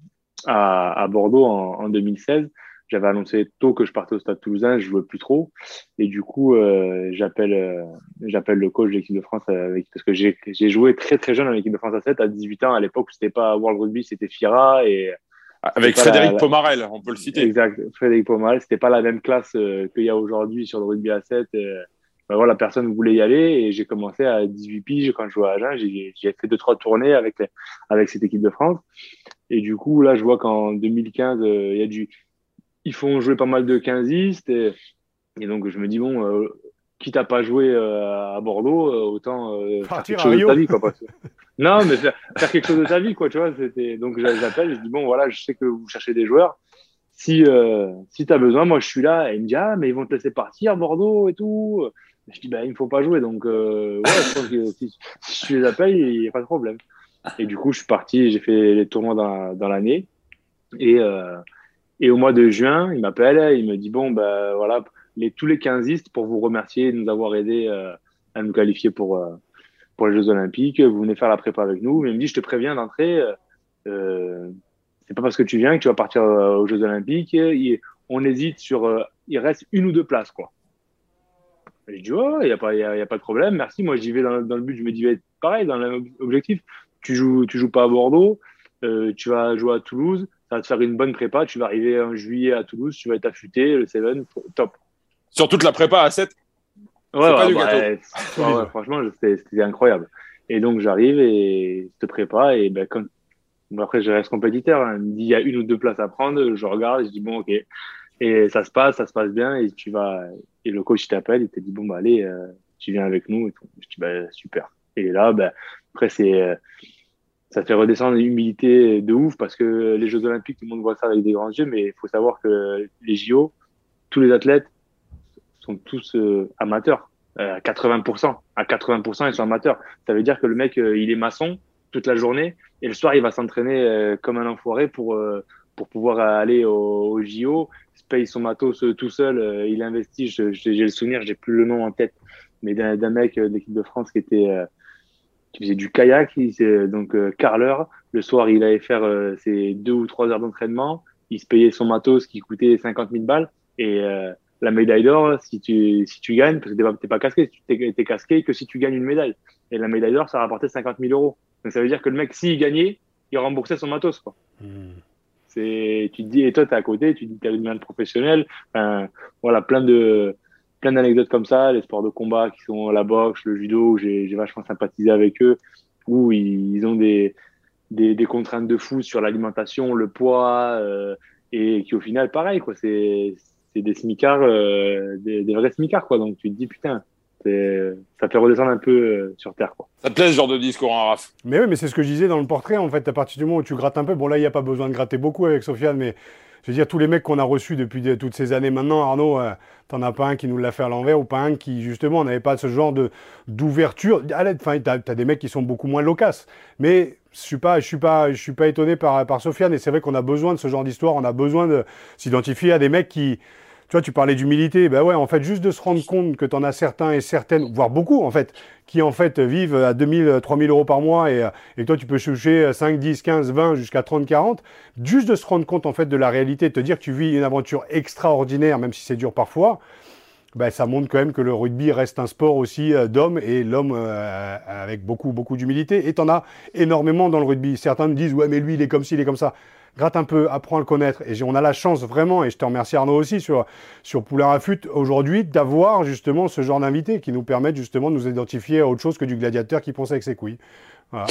à, à Bordeaux en, en deux mille seize. J'avais annoncé tôt que je partais au Stade Toulousain, je jouais plus trop, et du coup euh, j'appelle euh, j'appelle le coach de l'équipe de France avec, parce que j'ai j'ai joué très très jeune en équipe de France à sept, à dix-huit ans. À l'époque, c'était pas World Rugby, c'était FIRA et avec Frédéric la, Pomarel, on peut le citer. Exact, Frédéric Pomarel, c'était pas la même classe euh, qu'il y a aujourd'hui sur le rugby à sept. Et, ben voilà, personne voulait y aller et j'ai commencé à dix-huit piges quand je jouais à Agen. J'ai j'ai fait deux trois tournées avec les, avec cette équipe de France, et du coup là je vois qu'en deux mille quinze il euh, y a du ils font jouer pas mal de quinzistes et, et donc je me dis bon, euh, quitte à pas jouer euh, à Bordeaux, euh, autant euh, faire quelque chose de ta vie, quoi. Parce que... non, mais faire, faire quelque chose de ta vie, quoi, tu vois. C'était... Donc j'appelle, je dis bon voilà, je sais que vous cherchez des joueurs. Si euh, si t'as besoin, moi je suis là. Et il me dit ah mais ils vont te laisser partir à Bordeaux et tout. Je dis bah il me faut pas jouer, donc euh, ouais, je pense que si, si je les appelle, il y a pas de problème. Et du coup je suis parti, j'ai fait les tournois dans, dans l'année et euh, Et au mois de juin, il m'appelle, il me dit bon ben voilà, les, tous les quinzistes pour vous remercier de nous avoir aidés euh, à nous qualifier pour euh, pour les Jeux Olympiques. Vous venez faire la prépa avec nous. Mais il me dit je te préviens d'entrée, euh, c'est pas parce que tu viens que tu vas partir euh, aux Jeux Olympiques. Il, on hésite sur, euh, il reste une ou deux places, quoi. Et je dis, ouais, il n'y a, pas- y a, y a pas de problème, merci. Moi, j'y vais dans, dans le but, je me dis, ouais, pareil, dans l'objectif. Tu joues, tu joues pas à Bordeaux, euh, tu vas jouer à Toulouse, ça va te faire une bonne prépa. Tu vas arriver en juillet à Toulouse, tu vas être affûté, le sept, top. Sur toute la prépa à sept, Ouais, c'est ouais, pas du bah, gâteau. ouais, ouais, franchement, c'était c'était incroyable. Et donc, j'arrive et je te prépare. Et ben, quand... bon, après, je reste compétiteur. Hein. Il me dit, il y a une ou deux places à prendre. Je regarde et je dis, bon, ok. Et ça se passe, ça se passe bien. Et tu vas, et le coach, il t'appelle, il te dit, bon, bah, allez, euh, tu viens avec nous. Et tout. Je dis, bah, super. Et là, ben, après, c'est, euh, ça te fait redescendre l'humilité de ouf parce que les Jeux Olympiques, tout le monde voit ça avec des grands yeux. Mais il faut savoir que les J O, tous les athlètes sont tous euh, amateurs. Euh, à quatre-vingts pour cent. À quatre-vingts pour cent, ils sont amateurs. Ça veut dire que le mec, euh, il est maçon toute la journée et le soir, il va s'entraîner euh, comme un enfoiré pour, euh, pour pouvoir aller au, au J O. Il se paye son matos euh, tout seul. Euh, il investit. Je- je- J'ai le souvenir, j'ai plus le nom en tête, mais d'un d'un mec euh, d'équipe de France qui était euh, qui faisait du kayak. Il, c'est, donc, euh, carleur. Le soir, il allait faire euh, ses deux ou trois heures d'entraînement. Il se payait son matos qui coûtait cinquante mille balles. Et euh, la médaille d'or, si tu, si tu gagnes, parce que t'es pas, t'es pas casqué, tu t'es, t'es casqué que si tu gagnes une médaille. Et la médaille d'or, ça rapportait cinquante mille euros. Donc ça veut dire que le mec, s'il gagnait, il remboursait son matos, quoi. Mmh. C'est, tu te dis, et toi, t'es à côté, tu te dis, t'as une main de professionnel. Enfin, voilà, plein de, plein d'anecdotes comme ça, les sports de combat qui sont la boxe, le judo, où j'ai, j'ai vachement sympathisé avec eux, où ils, ils ont des, des, des contraintes de fou sur l'alimentation, le poids, euh, et qui au final, pareil, quoi, c'est, c'est des smicards, euh, des, des vrais smicards, quoi. Donc tu te dis, putain, c'est, ça fait redescendre un peu euh, sur Terre, quoi. Ça te plaît ce genre de discours, hein, Raph? Mais oui, mais c'est ce que je disais dans le portrait, en fait, à partir du moment où tu grattes un peu, bon là, il n'y a pas besoin de gratter beaucoup avec Sofiane, mais je veux dire, tous les mecs qu'on a reçus depuis de- toutes ces années maintenant, Arnaud, euh, t'en as pas un qui nous l'a fait à l'envers, ou pas un qui, justement, n'avait pas ce genre de d'ouverture. Allez, enfin, t'as, t'as des mecs qui sont beaucoup moins loquaces, mais je suis pas, je suis pas, je suis pas étonné par, par Sofiane, et c'est vrai qu'on a besoin de ce genre d'histoire, on a besoin de s'identifier à des mecs qui... Tu vois, tu parlais d'humilité, ben ouais, en fait, juste de se rendre compte que tu en as certains et certaines, voire beaucoup, en fait, qui, en fait, vivent à deux mille, trois mille euros par mois et, et que toi, tu peux toucher cinq, dix, quinze, vingt, jusqu'à trente, quarante. Juste de se rendre compte, en fait, de la réalité, de te dire que tu vis une aventure extraordinaire, même si c'est dur parfois, ben, ça montre quand même que le rugby reste un sport aussi euh, d'hommes et l'homme euh, avec beaucoup, beaucoup d'humilité. Et tu en as énormément dans le rugby. Certains me disent, ouais, mais lui, il est comme ci, il est comme ça. Gratte un peu, apprends à le connaître. Et on a la chance vraiment, et je te remercie Arnaud aussi sur, sur Poulain Rafut aujourd'hui, d'avoir justement ce genre d'invités qui nous permettent justement de nous identifier à autre chose que du gladiateur qui pense avec ses couilles. Voilà.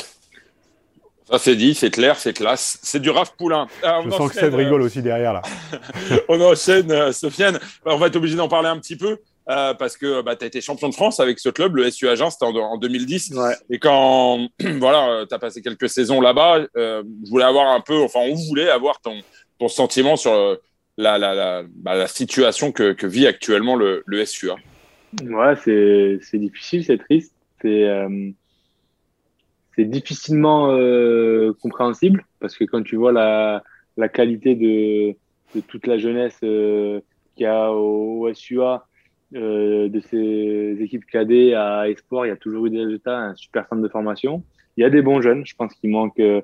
Ça c'est dit, c'est clair, c'est classe. C'est du Raph Poulain. Ah, je sens que Seb euh... rigole aussi derrière là. On enchaîne, euh, Sofiane. On va être obligé d'en parler un petit peu. Euh, parce que bah, tu as été champion de France avec ce club, le S U Agen, c'était en, en deux mille dix. Ouais. Et quand voilà, tu as passé quelques saisons là-bas, euh, je voulais avoir un peu, enfin, on voulait avoir ton, ton sentiment sur euh, la, la, la, bah, la situation que, que vit actuellement le, le S U A. Ouais, c'est, c'est difficile, c'est triste. C'est, euh, c'est difficilement euh, compréhensible parce que quand tu vois la, la qualité de, de toute la jeunesse euh, qu'il y a au, au S U A, Euh, de ces équipes cadets à Espoir, il y a toujours eu des résultats, un super centre de formation. Il y a des bons jeunes, je pense qu'il manque euh,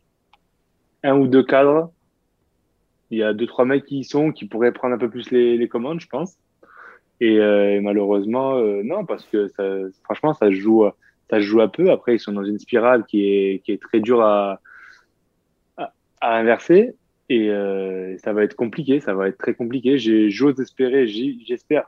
un ou deux cadres. Il y a deux, trois mecs qui y sont, qui pourraient prendre un peu plus les, les commandes, je pense. Et, euh, et malheureusement, euh, non, parce que ça, franchement, ça se joue, ça se joue un peu. Après, ils sont dans une spirale qui est, qui est très dure à, à, à inverser. Et euh, ça va être compliqué, ça va être très compliqué. J'ai, j'ose espérer, j'espère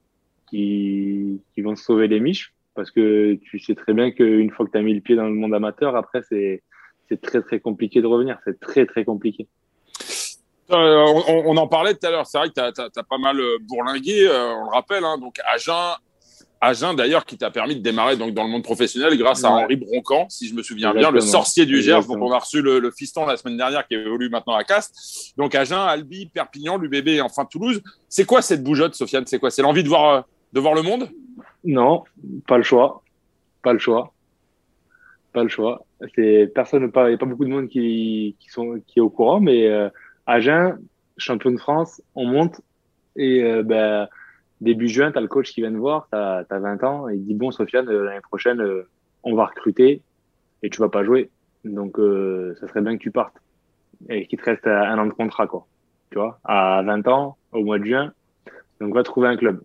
qui, qui vont se sauver les miches parce que tu sais très bien qu'une fois que tu as mis le pied dans le monde amateur, après, c'est, c'est très, très compliqué de revenir. C'est très, très compliqué. Euh, on, on en parlait tout à l'heure. C'est vrai que tu as pas mal bourlingué, euh, on le rappelle. Hein, donc, Agen, Agen d'ailleurs, qui t'a permis de démarrer donc, dans le monde professionnel grâce à ouais. Henri Broncan, si je me souviens Exactement. bien, le sorcier du Gers. Donc, on a reçu le, le fiston la semaine dernière qui évolue maintenant à Castres. Donc, Agen, Albi, Perpignan, l'U B B et enfin Toulouse. C'est quoi cette bougeotte, Sofiane? C'est quoi? C'est l'envie de voir, de voir le monde? Non, pas le choix. Pas le choix. Pas le choix. C'est personne, il n'y a pas beaucoup de monde qui, qui, sont, qui est au courant, mais euh, Agen, champion de France, on monte et euh, ben, début juin, tu as le coach qui vient te voir, tu as vingt ans, et il dit bon, Sofiane, euh, l'année prochaine, euh, on va recruter et tu vas pas jouer. Donc, euh, ça serait bien que tu partes. et qu'il te reste un an de contrat, quoi. Tu vois, à vingt ans, au mois de juin. Donc, va trouver un club.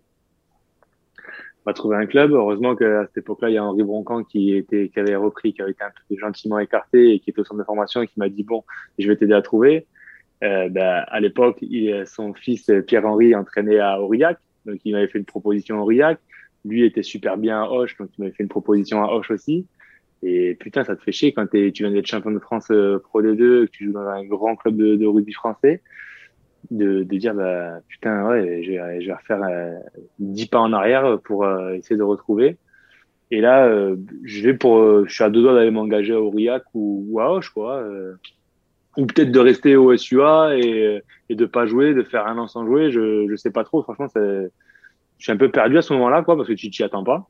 Va trouver un club. Heureusement qu'à cette époque-là, il y a Henri Broncan qui était, qui avait repris, qui avait été un peu gentiment écarté et qui était au centre de formation et qui m'a dit, bon, je vais t'aider à trouver. Euh, ben, à l'époque, il, son fils, Pierre-Henri, entraînait à Aurillac. Donc, il m'avait fait une proposition à Aurillac. Lui était super bien à Auch, donc il m'avait fait une proposition à Auch aussi. Et putain, ça te fait chier quand t'es, tu viens d'être champion de France euh, Pro D deux, que tu joues dans un grand club de, de rugby français, de, de dire, bah, putain, ouais, je vais, je vais refaire euh, dix pas en arrière pour euh, essayer de retrouver. Et là, euh, je vais pour, euh, je suis à deux doigts d'aller m'engager à Aurillac ou, ou à Auch, quoi. Euh, ou peut-être de rester au S U A et, et de pas jouer, de faire un an sans jouer. Je, je sais pas trop. Franchement, c'est, je suis un peu perdu à ce moment-là, quoi, parce que tu t'y attends pas.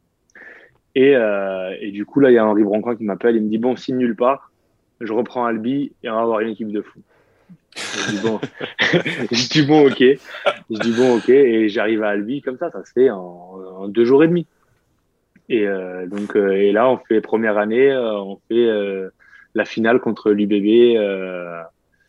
Et, euh, et du coup, là, il y a Henri Broncan qui m'appelle. Il me dit, bon, signe nulle part. Je reprends Albi et on va avoir une équipe de fou. Je dis bon, je dis bon, ok. Je dis bon, ok. Et j'arrive à Albi comme ça. Ça se fait en, en deux jours et demi. Et euh, donc, euh, et là, on fait première année, euh, on fait euh, la finale contre l'U B B euh,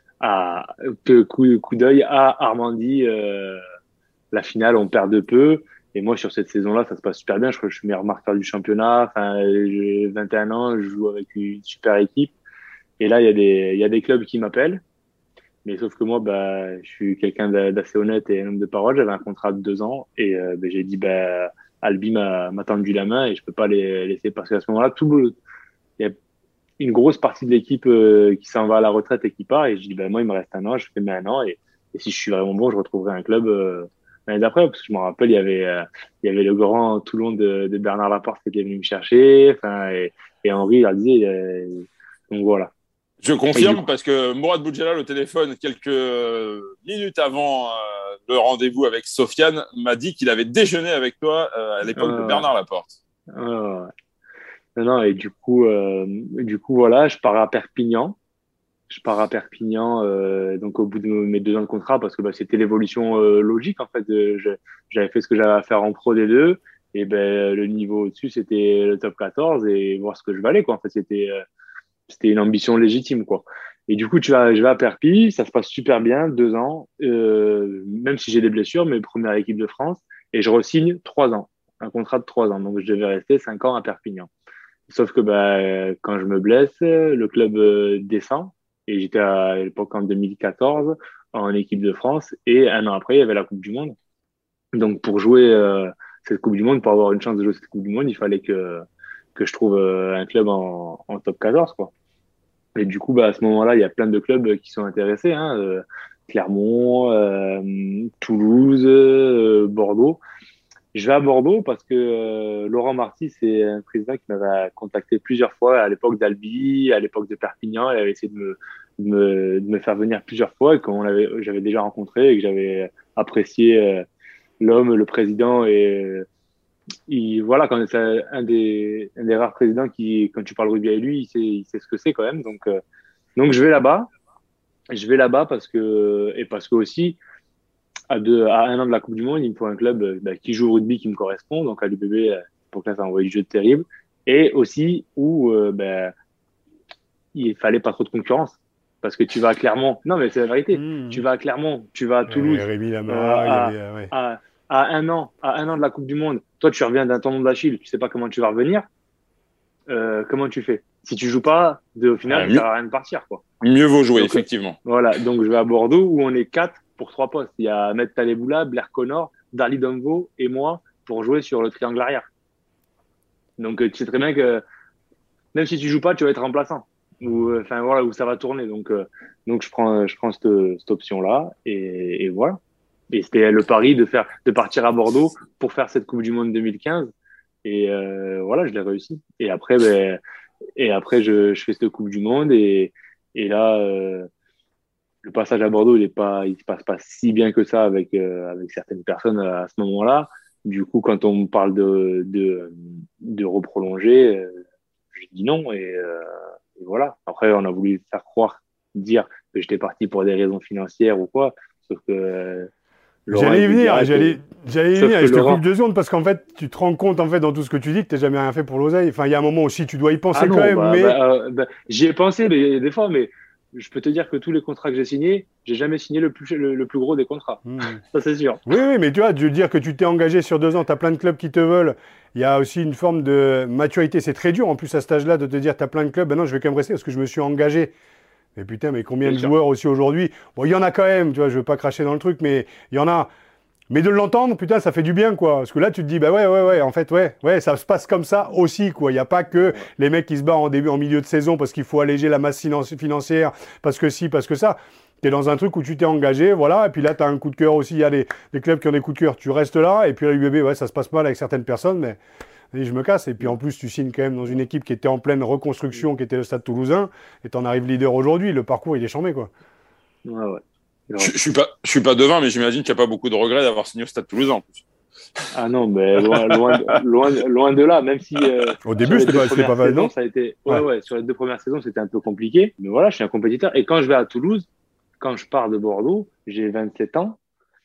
à coup, coup d'œil à Armandie. Euh, la finale, on perd de peu. Et moi, sur cette saison-là, ça se passe super bien. Je crois que je suis meilleur marqueur du championnat. Enfin, j'ai vingt et un ans, je joue avec une super équipe. Et là, il y a des, il y a des clubs qui m'appellent. Mais sauf que moi, bah, je suis quelqu'un d'assez honnête et un homme de parole. J'avais un contrat de deux ans et euh, bah, j'ai dit, bah, Albi m'a, m'a tendu la main et je peux pas les laisser parce qu'à ce moment-là, tout le, il y a une grosse partie de l'équipe euh, qui s'en va à la retraite et qui part. Et je dis, bah, moi, il me reste un an, je fais mes un an et, et si je suis vraiment bon, je retrouverai un club euh, l'année d'après. Parce que je me rappelle, il y avait, euh, il y avait le grand Toulon de, de Bernard Laporte qui était venu me chercher. Enfin, et, et Henri, il leur disait, euh, donc voilà. Je confirme parce que Mourad Boudjelal au téléphone quelques minutes avant euh, le rendez-vous avec Sofiane m'a dit qu'il avait déjeuné avec toi euh, à l'époque euh, de Bernard Laporte. Euh, non, non, et du coup, euh, du coup voilà, je pars à Perpignan. Je pars à Perpignan euh, donc au bout de mes deux ans de contrat parce que bah, c'était l'évolution euh, logique en fait. Je, j'avais fait ce que j'avais à faire en Pro D deux et ben le niveau au-dessus c'était le top quatorze et voir ce que je valais quoi. En fait c'était euh, C'était une ambition légitime, quoi. Et du coup, tu vas, je vais à Perpignan, ça se passe super bien, deux ans, euh, même si j'ai des blessures, mes premières équipes de France, et je re-signe trois ans, un contrat de trois ans. Donc, je devais rester cinq ans à Perpignan. Sauf que, bah, quand je me blesse, le club descend, et j'étais à l'époque en deux mille quatorze en équipe de France, et un an après, il y avait la Coupe du Monde. Donc, pour jouer euh, cette Coupe du Monde, pour avoir une chance de jouer cette Coupe du Monde, il fallait que que je trouve euh, un club en, en top quatorze, quoi. Et du coup, bah, à ce moment-là, il y a plein de clubs qui sont intéressés, hein, euh, Clermont, euh, Toulouse, euh, Bordeaux. Je vais à Bordeaux parce que euh, Laurent Marty, c'est un président qui m'avait contacté plusieurs fois à l'époque d'Albi, à l'époque de Perpignan. Il avait essayé de me, de me, de me faire venir plusieurs fois et qu'on avait, j'avais déjà rencontré et que j'avais apprécié euh, l'homme, le président et euh, il, voilà, quand c'est un des, un des rares présidents qui, quand tu parles rugby avec lui, il sait, il sait ce que c'est quand même. Donc, euh, donc je vais là-bas. Je vais là-bas parce que, et parce que aussi, à deux, à un an de la Coupe du Monde, il me faut un club bah, qui joue au rugby qui me correspond. Donc, à l'U B B, pour que là, ça envoie du jeu terrible. Et aussi où, euh, bah, il fallait pas trop de concurrence. Parce que tu vas à Clermont. Non, mais c'est la vérité. Mmh. Tu vas à Clermont, tu vas à Toulouse. Ouais, Rémi Lamar, euh, à, il y avait, ouais. à, à un an, à un an de la Coupe du Monde. Toi, tu reviens d'un tendon d'Achille, tu sais pas comment tu vas revenir. Euh, comment tu fais? Si tu joues pas, de, au final, ça sert à rien de partir, quoi. Mieux vaut jouer, donc, effectivement. Voilà. Donc, je vais à Bordeaux où on est quatre pour trois postes. Il y a Ahmed Taleboula, Blair Connor, Darly Domvo et moi pour jouer sur le triangle arrière. Donc, tu sais très bien que même si tu joues pas, tu vas être remplaçant. Ou, enfin, voilà, où ça va tourner. Donc, euh, donc, je prends, je prends cette, cette option-là et, et voilà. Et c'était le pari de faire, de partir à Bordeaux pour faire cette Coupe du Monde deux mille quinze. Et euh, voilà, je l'ai réussi. Et après, ben, et après, je, je fais cette Coupe du Monde et, et là, euh, le passage à Bordeaux, il est pas, il se passe pas si bien que ça avec euh, avec certaines personnes à, à ce moment-là. Du coup, quand on me parle de de, de reprolonger, euh, je dis non et, euh, et voilà. Après, on a voulu faire croire, dire que j'étais parti pour des raisons financières ou quoi, sauf que euh, J'allais y venir, j'allais, j'allais y venir, et je te coupe deux secondes parce qu'en fait, tu te rends compte en fait dans tout ce que tu dis que tu n'as jamais rien fait pour l'oseille. Enfin, il y a un moment aussi, tu dois y penser ah non, quand même. Bah, mais bah, euh, bah, j'y ai pensé mais, des fois, mais je peux te dire que tous les contrats que j'ai signés, j'ai jamais signé le plus, le, le plus gros des contrats. Mmh. Ça, c'est sûr. Oui, oui, mais tu vois, de dire que tu t'es engagé sur deux ans, tu as plein de clubs qui te veulent. Il y a aussi une forme de maturité. C'est très dur, en plus, à cet âge-là, de te dire, tu as plein de clubs. Ben non, je vais quand même rester parce que je me suis engagé. Mais putain, mais combien de joueurs aussi aujourd'hui? Bon, il y en a quand même, tu vois, je veux pas cracher dans le truc, mais il y en a. Mais de l'entendre, putain, ça fait du bien, quoi. Parce que là, tu te dis, bah ouais, ouais, ouais, en fait, ouais, ouais, ça se passe comme ça aussi, quoi. Il n'y a pas que les mecs qui se battent en début, en milieu de saison parce qu'il faut alléger la masse financière, parce que si, parce que ça. Tu es dans un truc où tu t'es engagé, voilà, et puis là, tu as un coup de cœur aussi. Il y a des, des clubs qui ont des coups de cœur, tu restes là, et puis là, l'U B B, ouais, ça se passe mal avec certaines personnes, mais et je me casse. Et puis en plus, tu signes quand même dans une équipe qui était en pleine reconstruction, qui était le Stade Toulousain, et tu en arrives leader aujourd'hui. Le parcours, il est chambé, quoi. Ouais, ouais. Je, je suis pas, je suis pas devin, mais j'imagine qu'il n'y a pas beaucoup de regrets d'avoir signé au Stade Toulousain en plus. Ah non, mais loin, loin, loin, loin de là. Même si euh, au début c'était pas, c'était pas mal, non ça a été, ouais, ouais, ouais, sur les deux premières saisons c'était un peu compliqué. Mais voilà, je suis un compétiteur. Et quand je vais à Toulouse, quand je pars de Bordeaux, j'ai vingt-sept ans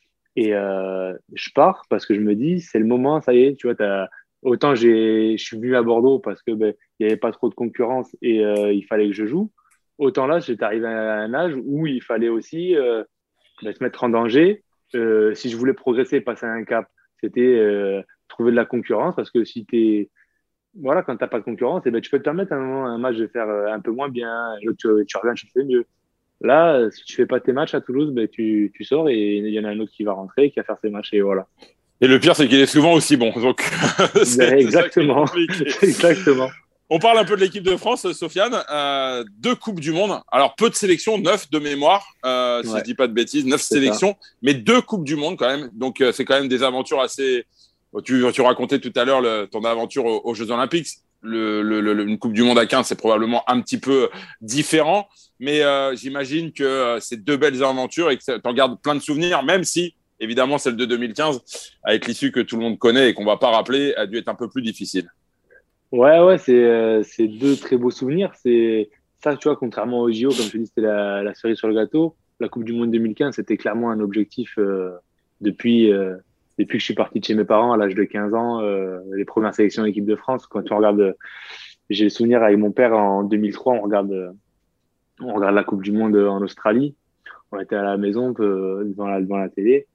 et euh, je pars parce que je me dis c'est le moment, ça y est, tu vois, t'as, autant j'ai, je suis venu à Bordeaux parce que ben il y avait pas trop de concurrence et euh, il fallait que je joue. Autant là, j'étais arrivé à un âge où il fallait aussi euh, ben, se mettre en danger. Euh, si je voulais progresser, passer à un cap, c'était euh, trouver de la concurrence parce que si t'es voilà, quand t'as pas de concurrence, eh ben, tu peux te permettre à un, moment, un match de faire euh, un peu moins bien, l'autre tu, tu reviens, tu fais mieux. Là, si tu fais pas tes matchs à Toulouse, ben, tu, tu sors et il y en a un autre qui va rentrer, qui va faire ses matchs et voilà. Et le pire, c'est qu'il est souvent aussi bon. Donc, c'est, exactement. C'est exactement. On parle un peu de l'équipe de France, Sofiane. Euh, deux Coupes du Monde. Alors, peu de sélections, neuf de mémoire, euh, si ouais. je dis pas de bêtises, neuf c'est sélections, ça. Mais deux Coupes du Monde quand même. Donc, euh, c'est quand même des aventures assez. Tu, tu racontais tout à l'heure le, ton aventure aux, aux Jeux Olympiques. Le, le, le, une Coupe du Monde à quinze, c'est probablement un petit peu différent. Mais euh, j'imagine que euh, c'est deux belles aventures et que tu en gardes plein de souvenirs, même si, évidemment, celle de deux mille quinze, avec l'issue que tout le monde connaît et qu'on ne va pas rappeler, a dû être un peu plus difficile. Ouais, ouais, c'est, euh, c'est deux très beaux souvenirs. C'est ça, tu vois, contrairement au J O, comme je te dis, c'était la, la cerise sur le gâteau. La Coupe du Monde deux mille quinze, c'était clairement un objectif euh, depuis, euh, depuis que je suis parti de chez mes parents à l'âge de quinze ans, euh, les premières sélections de l'équipe de France. Quand tu regardes, j'ai le souvenir avec mon père en deux mille trois, on regarde, on regarde la Coupe du Monde en Australie. On était à la maison euh, devant, la, devant la télé.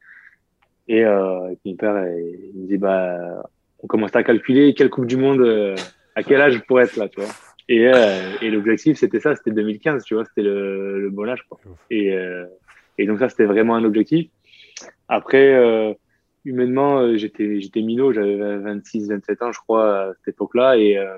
Et euh, mon père, il me dit, bah, on commence à calculer quelle Coupe du Monde, euh, à quel âge je pourrais être là, tu vois. Et, euh, et l'objectif, c'était ça, c'était deux mille quinze, tu vois, c'était le, le bon âge, quoi. Et, euh, et donc ça, c'était vraiment un objectif. Après, euh, humainement, euh, j'étais, j'étais minot, j'avais vingt-six, vingt-sept ans, je crois, à cette époque-là. Et, euh,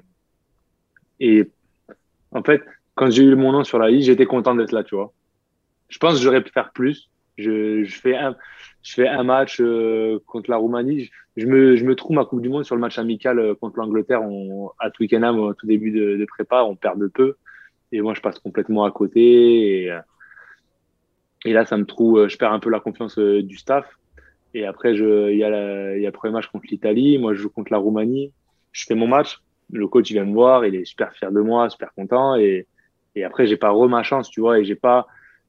et en fait, quand j'ai eu mon nom sur la liste, j'étais content d'être là, tu vois. Je pense que j'aurais pu faire plus. Je, je fais un, je fais un match euh, contre la Roumanie. Je me, je me trouve ma Coupe du Monde sur le match amical euh, contre l'Angleterre on, à Twickenham au tout début de, de prépa. On perd de peu. Et moi, je passe complètement à côté. Et, et là, ça me trouve, je perds un peu la confiance euh, du staff. Et après, je, il y a la, il y a le premier match contre l'Italie. Moi, je joue contre la Roumanie. Je fais mon match. Le coach, il vient me voir. Il est super fier de moi, super content. Et, et après, j'ai pas re ma chance, tu vois. Et j'ai pas,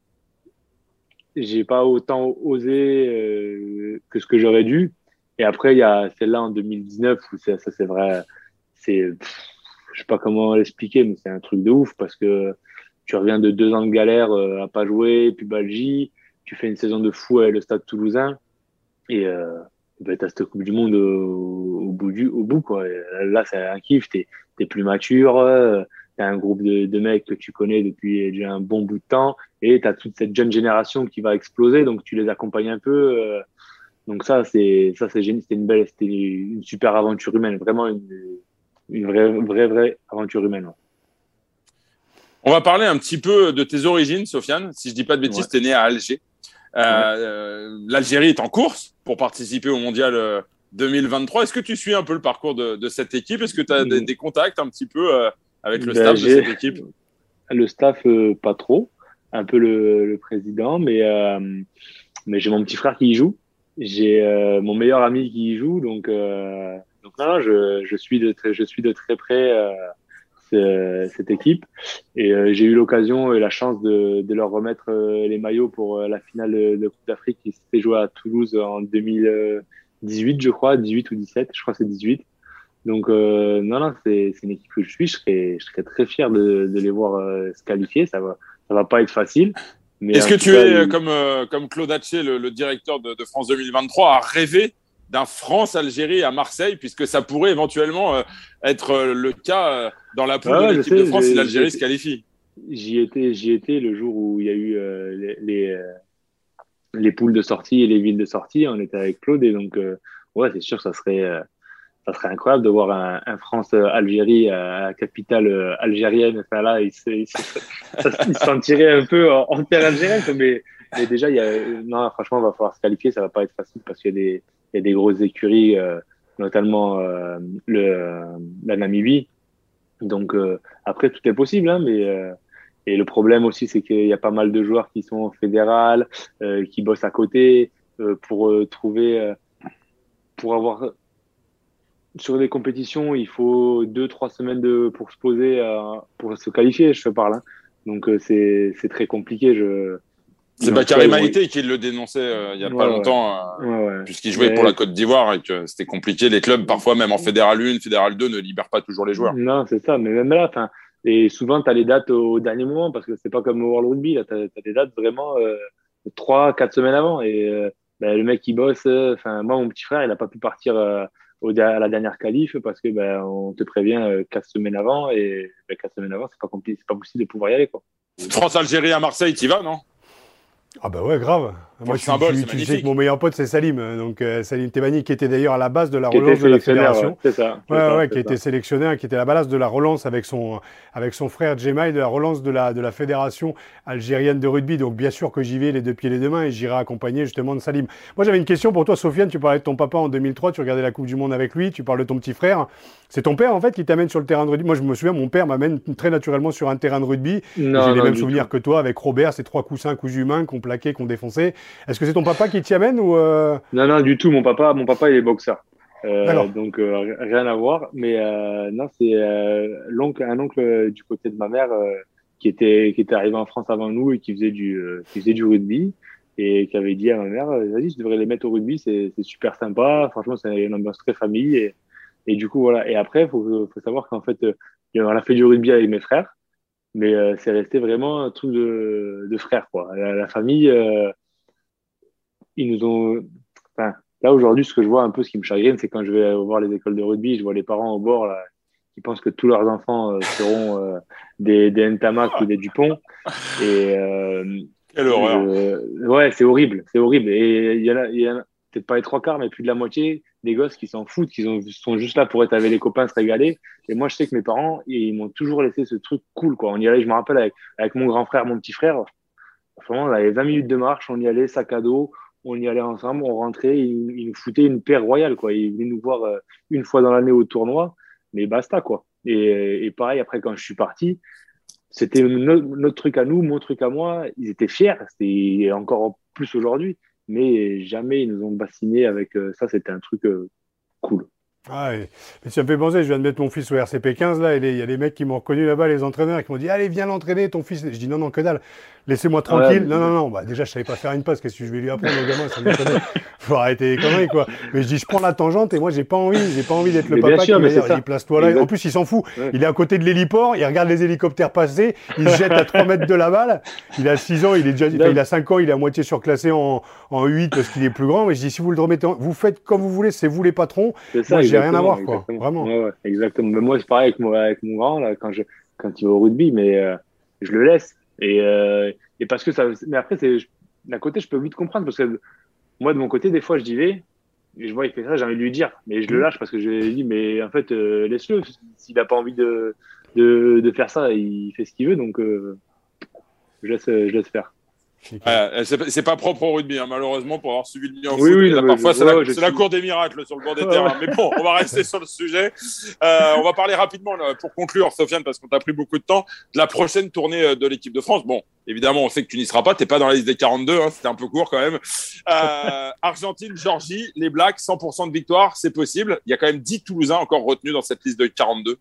j'ai pas autant osé euh, que ce que j'aurais dû. Et après, il y a celle-là en deux mille dix-neuf où ça, ça c'est vrai, c'est, pff, je sais pas comment l'expliquer, mais c'est un truc de ouf parce que tu reviens de deux ans de galère euh, à pas jouer, puis Belgique, tu fais une saison de fou avec le Stade Toulousain et euh, ben, t'as cette Coupe du Monde au, au bout du, au bout quoi. Et là, c'est un kiff, t'es, t'es plus mature. Euh, T'as un groupe de, de mecs que tu connais depuis déjà un bon bout de temps et t'as toute cette jeune génération qui va exploser, donc tu les accompagnes un peu. Euh, donc ça, c'est ça, c'est génial. C'était une belle, c'était une super aventure humaine, vraiment une, une vraie, vraie, vraie aventure humaine. Ouais. On va parler un petit peu de tes origines, Sofiane. Si je dis pas de bêtises, ouais. T'es né à Alger. Euh, ouais. euh, L'Algérie est en course pour participer au Mondial deux mille vingt-trois. Est-ce que tu suis un peu le parcours de, de cette équipe? Est-ce que tu as mmh. des, des contacts un petit peu euh, avec le ben, staff de cette équipe? Le staff, euh, pas trop. Un peu le, le président, mais, euh, mais j'ai mon petit frère qui y joue. J'ai euh, mon meilleur ami qui y joue. Donc, euh, donc non, je, je, suis de très, je suis de très près euh, ce, cette équipe. Et euh, j'ai eu l'occasion et la chance de, de leur remettre euh, les maillots pour euh, la finale de, de Coupe d'Afrique qui s'était jouée à Toulouse en deux mille dix-huit, je crois, dix-huit ou dix-sept. Je crois que c'est dix-huit. Donc euh, non, non, c'est, c'est une équipe que je suis. Je serais, je serais très fier de, de les voir euh, se qualifier. Ça va, ça ça va pas être facile. Mais Est-ce que tu cas, es, il... comme, euh, comme Claude Haché, le, le directeur de, de France deux mille vingt-trois, à rêver d'un France-Algérie à Marseille, puisque ça pourrait éventuellement euh, être euh, le cas euh, dans la poule ah ouais, de l'équipe sais, de France si l'Algérie été, se qualifie. J'y étais, j'y étais le jour où il y a eu euh, les, les, euh, les poules de sortie et les villes de sortie. On était avec Claude et donc, euh, ouais, c'est sûr que ça serait, euh, ça serait incroyable de voir un, un France-Algérie à la capitale euh, algérienne. Enfin là, il se, il se, ça, il se sentirait un peu en, en terre algérienne. Mais, mais déjà, il y a, non, franchement, il va falloir se qualifier. Ça va pas être facile parce qu'il y a des, il y a des grosses écuries, euh, notamment euh, le, la Namibie. Donc euh, après, tout est possible, hein, mais euh, et le problème aussi, c'est qu'il y a pas mal de joueurs qui sont fédérales, euh, qui bossent à côté euh, pour euh, trouver, euh, pour avoir sur les compétitions, il faut deux, trois semaines de pour se poser, euh, pour se qualifier, je te parle. Hein. Donc euh, c'est c'est très compliqué. Je C'est Bakary Maïté qui le dénonçait euh, il n'y a ouais, pas ouais. longtemps, euh, ouais, ouais. puisqu'il jouait mais... pour la Côte d'Ivoire et que c'était compliqué. Les clubs, parfois même en Fédéral un, Fédéral deux, ne libèrent pas toujours les joueurs. Non, c'est ça. Mais même là, enfin, et souvent, tu as les dates au dernier moment parce que c'est pas comme au World Rugby. Là, tu as des dates vraiment euh, trois, quatre semaines avant. Et euh, ben, le mec qui bosse, enfin, euh, moi, mon petit frère, il a pas pu partir euh, au, à la dernière qualif parce que ben, on te prévient euh, quatre semaines avant. Et ben, quatre semaines avant, c'est pas compliqué, c'est pas possible de pouvoir y aller, quoi. France-Algérie à Marseille, t'y vas, non? Ah bah ouais, grave. Pour Moi, le tu, symbole, tu, c'est tu magnifique. sais que mon meilleur pote, c'est Salim. Donc, euh, Salim Tebani, qui était d'ailleurs à la base de la Qui relance était de la sélectionneur, fédération. ouais, c'est ça. c'est Ouais, ça, ouais, c'est qui ça. était sélectionneur, qui était à la base de la relance avec son, avec son frère Djemaï, de la relance de la, de la fédération algérienne de rugby. Donc, bien sûr que j'y vais les deux pieds les deux mains et j'irai accompagner justement de Salim. Moi, j'avais une question pour toi, Sofiane. Tu parlais de ton papa en deux mille trois, tu regardais la Coupe du Monde avec lui, tu parles de ton petit frère. C'est ton père, en fait, qui t'amène sur le terrain de rugby. Moi, je me souviens, mon père m'amène très naturellement sur un terrain de rugby. Non, J'ai les non, mêmes du souvenirs tout. que toi avec Robert, ces trois coussins cousus humains qu'on plaquait, qu'on défonçait. Est-ce que c'est ton papa qui t'y amène ou euh... Non, non, du tout. Mon papa, mon papa, il est boxeur. Euh, D'accord. donc, euh, rien à voir. Mais euh, non, c'est euh, l'oncle, un oncle euh, du côté de ma mère euh, qui était, qui était arrivé en France avant nous et qui faisait du, euh, qui faisait du rugby et qui avait dit à ma mère, euh, vas-y, je devrais les mettre au rugby, c'est, c'est super sympa. Franchement, c'est une ambiance très famille. Et, et du coup, voilà. Et après, faut, faut savoir qu'en fait, euh, on a fait du rugby avec mes frères, mais euh, c'est resté vraiment un truc de, de frères, quoi. La, la famille, euh, ils nous ont, enfin, là, aujourd'hui, ce que je vois un peu, ce qui me chagrine, c'est quand je vais voir les écoles de rugby, je vois les parents au bord, là, qui pensent que tous leurs enfants euh, seront euh, des, des Ntamak ou des Dupont. Et euh, Quelle horreur. je... ouais, c'est horrible, c'est horrible. Et il y en a, il y en a peut-être pas les trois quarts, mais plus de la moitié des gosses qui s'en foutent, qui sont, sont juste là pour être avec les copains, se régaler. Et moi, je sais que mes parents, ils m'ont toujours laissé ce truc cool, quoi. On y allait, je me rappelle, avec, avec mon grand frère, mon petit frère, vraiment, on avait vingt minutes de marche, on y allait, sac à dos, on y allait ensemble, on rentrait, ils, ils nous foutaient une paire royale, quoi. Ils venaient nous voir euh, une fois dans l'année au tournoi, mais basta, quoi. Et, et pareil, après, quand je suis parti, c'était notre, notre truc à nous, mon truc à moi. Ils étaient fiers, c'était encore plus aujourd'hui, mais jamais ils nous ont bassinés avec euh, ça. C'était un truc euh, cool. Ah, et- mais ça me fait penser, je viens de mettre mon fils au R C P quinze là, et les- il y a des mecs qui m'ont reconnu là-bas, les entraîneurs, qui m'ont dit allez viens l'entraîner ton fils. Je dis non non que dalle, laissez-moi tranquille. Ouais, Non non non, bah déjà je savais pas faire une passe, qu'est-ce que je vais lui apprendre au gamin, ça me déconne. Faut arrêter les conneries quoi. Mais je dis je prends la tangente et moi j'ai pas envie, j'ai pas envie d'être le mais bien papa sûr, qui mais va c'est dire ça. il place-toi là. Exact. En plus il s'en fout, Ouais. il est à côté de l'héliport, il regarde les hélicoptères passer, il se jette à trois mètres de la balle. Il a six ans, il est déjà, enfin, il a cinq ans, il est à moitié surclassé en en huit parce qu'il est plus grand. Mais je dis si vous le remettez, en- vous faites comme vous voulez, c'est vous les patrons. C'est ça, Moi j'ai rien à exactement, voir quoi, exactement. vraiment. Ouais, ouais, exactement. Mais moi, c'est pareil avec mon, avec mon grand, là, quand je, quand il va au rugby, mais euh, je le laisse. Et, euh, et parce que ça, mais après, c'est, je- d'un côté, je peux vite comprendre parce que moi, de mon côté, des fois, je dis vais, et je vois, il fait ça, j'ai envie de lui dire, mais je le Mm. lâche parce que je lui dis, mais en fait, euh, laisse-le. S'il n'a pas envie de, de, de faire ça, il fait ce qu'il veut, donc euh, je laisse, je laisse faire. Ouais, c'est, c'est pas propre au rugby, hein, malheureusement, pour avoir suivi le lien au Oui, foot. oui, Là, non, mais parfois, je- c'est, ouais, la, ouais, je c'est la suis- cour des miracles sur le bord des Ouais, terrains. ouais. Mais bon, on va rester sur le sujet. Euh, on va parler rapidement, là, pour conclure, Sofiane, parce qu'on t'a pris beaucoup de temps, de la prochaine tournée euh, de l'équipe de France. Bon, évidemment, on sait que tu n'y seras pas. T'es pas dans la liste des quarante-deux. Hein, c'était un peu court quand même. Euh, Argentine, Géorgie, les Blacks, cent pour cent de victoire, c'est possible. Il y a quand même dix Toulousains encore retenus dans cette liste de quarante-deux.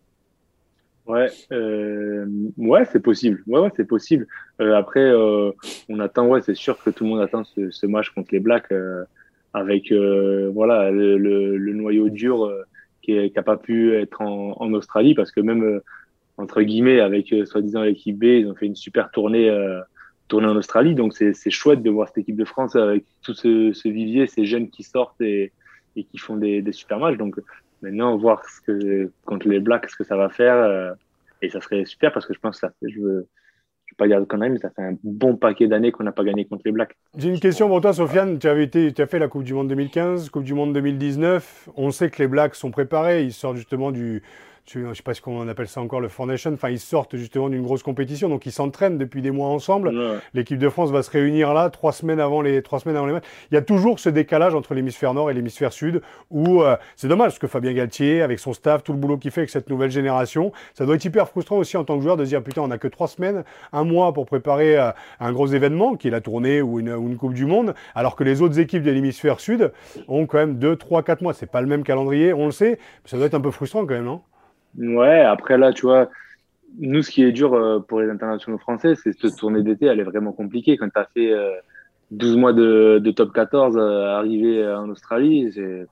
Ouais, euh, ouais, c'est possible. Ouais, ouais, c'est possible. Euh, après, euh, on attend. Ouais, c'est sûr que tout le monde attend ce, ce match contre les Blacks euh, avec euh, voilà le, le, le noyau dur euh, qui n'a pas pu être en, en Australie parce que même euh, entre guillemets, avec euh, soi-disant l'équipe B. Ils ont fait une super tournée, euh, tournée en Australie. Donc, c'est, c'est chouette de voir cette équipe de France avec tout ce, ce vivier, ces jeunes qui sortent et, et qui font des, des super matchs. Donc, maintenant, voir ce que, contre les Blacks, ce que ça va faire. Euh, et ça serait super parce que je pense que ça fait, je veux, je vais pas dire de conneries, mais ça fait un bon paquet d'années qu'on n'a pas gagné contre les Blacks. J'ai une question pour toi, Sofiane. Tu avais été, tu as fait la Coupe du Monde deux mille quinze, Coupe du Monde deux mille dix-neuf. On sait que les Blacks sont préparés. Ils sortent justement du, je ne sais pas comment on appelle ça encore, le Four Nations. Enfin, ils sortent justement d'une grosse compétition. Donc, ils s'entraînent depuis des mois ensemble. Ouais. L'équipe de France va se réunir là, trois semaines avant les, trois semaines avant les matchs. Il y a toujours ce décalage entre l'hémisphère nord et l'hémisphère sud où euh, c'est dommage parce que Fabien Galtier, avec son staff, tout le boulot qu'il fait avec cette nouvelle génération, ça doit être hyper frustrant aussi en tant que joueur de se dire putain, on n'a que trois semaines, un mois pour préparer euh, un gros événement qui est la tournée ou une, ou une Coupe du Monde, alors que les autres équipes de l'hémisphère sud ont quand même deux, trois, quatre mois. C'est pas le même calendrier, on le sait, mais ça doit être un peu frustrant quand même, non? Ouais, après là, tu vois, nous, ce qui est dur euh, pour les internationaux français, c'est cette tournée d'été, elle est vraiment compliquée. Quand tu as fait euh, douze mois de, de top quatorze, euh, arrivé en Australie, c'est,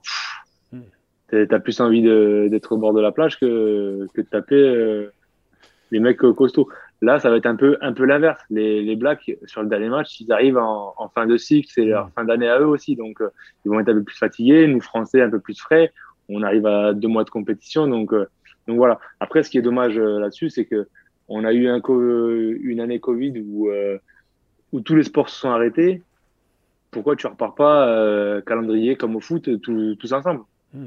pff, t'as plus envie de, d'être au bord de la plage que, que de taper euh, les mecs costauds. Là, ça va être un peu, un peu l'inverse. Les, les Blacks, sur le dernier match, ils arrivent en, en fin de cycle, c'est leur fin d'année à eux aussi. Donc, euh, ils vont être un peu plus fatigués. Nous, Français, un peu plus frais. On arrive à deux mois de compétition. Donc, euh, donc voilà. Après, ce qui est dommage euh, là-dessus, c'est que on a eu un co- une année Covid où, euh, où tous les sports se sont arrêtés. Pourquoi tu repars pas euh, calendrier comme au foot, tous, tous ensemble? Mmh.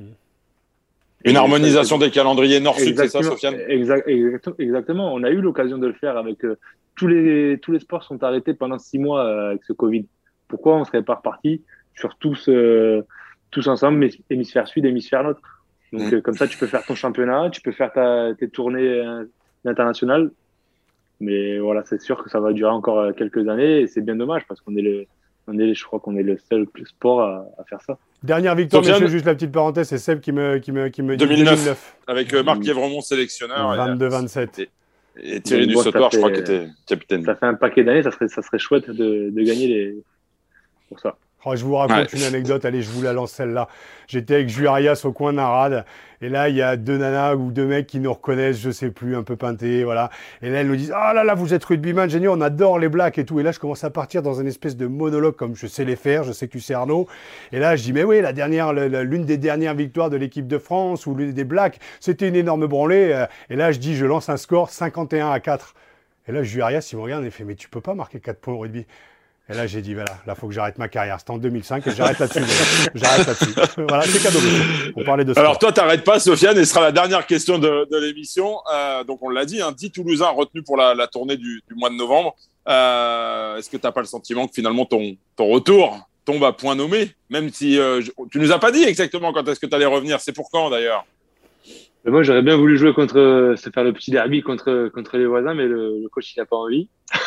Une harmonisation des calendriers nord-sud, c'est ça, Sofiane? Exact, exact, exactement. On a eu l'occasion de le faire avec euh, tous les tous les sports sont arrêtés pendant six mois euh, avec ce Covid. Pourquoi on serait pas reparti sur tous euh, tous ensemble, mais hémisphère sud, hémisphère nord. Donc Mmh. euh, comme ça, tu peux faire ton championnat, tu peux faire ta, tes tournées euh, internationales. Mais voilà, c'est sûr que ça va durer encore euh, quelques années et c'est bien dommage parce qu'on est le on est, je crois qu'on est le seul sport à, à faire ça. Dernière victoire, Sofiane, messieurs, juste la petite parenthèse, c'est Seb qui me, qui me, qui me dit deux mille neuf, deux mille neuf. avec euh, Marc Lièvremont, sélectionneur. vingt-deux vingt-sept. Et, et Thierry Donc, bon, Dussotoir, ça je crois, fait- qui était capitaine. Ça fait un paquet d'années, ça serait, ça serait chouette de, de gagner les... pour ça. Oh, je vous raconte Ouais. une anecdote, allez, je vous la lance celle-là. J'étais avec Juarias au coin d'un rad, et là, il y a deux nanas ou deux mecs qui nous reconnaissent, je sais plus, un peu peintés, voilà. Et là, elles nous disent, ah là là, vous êtes rugbyman, génial, on adore les Blacks et tout. Et là, je commence à partir dans une espèce de monologue comme je sais les faire, je sais que tu sais Arnaud. Et là, je dis, mais oui, la dernière, la- la- l'une des dernières victoires de l'équipe de France ou l'une des Blacks, c'était une énorme branlée. euh, Et là, je dis, je lance un score cinquante et un à quatre. Et là, Juarias, il me regarde et il fait, mais tu peux pas marquer quatre points au rugby. Et là, j'ai dit, voilà, là, faut que j'arrête ma carrière. C'était en deux mille cinq et j'arrête là-dessus. Voilà. J'arrête là-dessus. Voilà, c'est cadeau. monsieur. On parlait de sport. Alors toi, t'arrêtes pas, Sofiane, et ce sera la dernière question de, de l'émission. Euh, donc on l'a dit, hein, dix Toulousains retenus pour la, la tournée du, du mois de novembre. Euh, est-ce que t'as pas le sentiment que finalement ton, ton retour tombe à point nommé, même si euh, je- tu nous as pas dit exactement quand est-ce que tu allais revenir. C'est pour quand d'ailleurs? Mais moi, j'aurais bien voulu jouer contre, se faire le petit derby contre, contre les voisins, mais le, le coach, il n'a pas envie.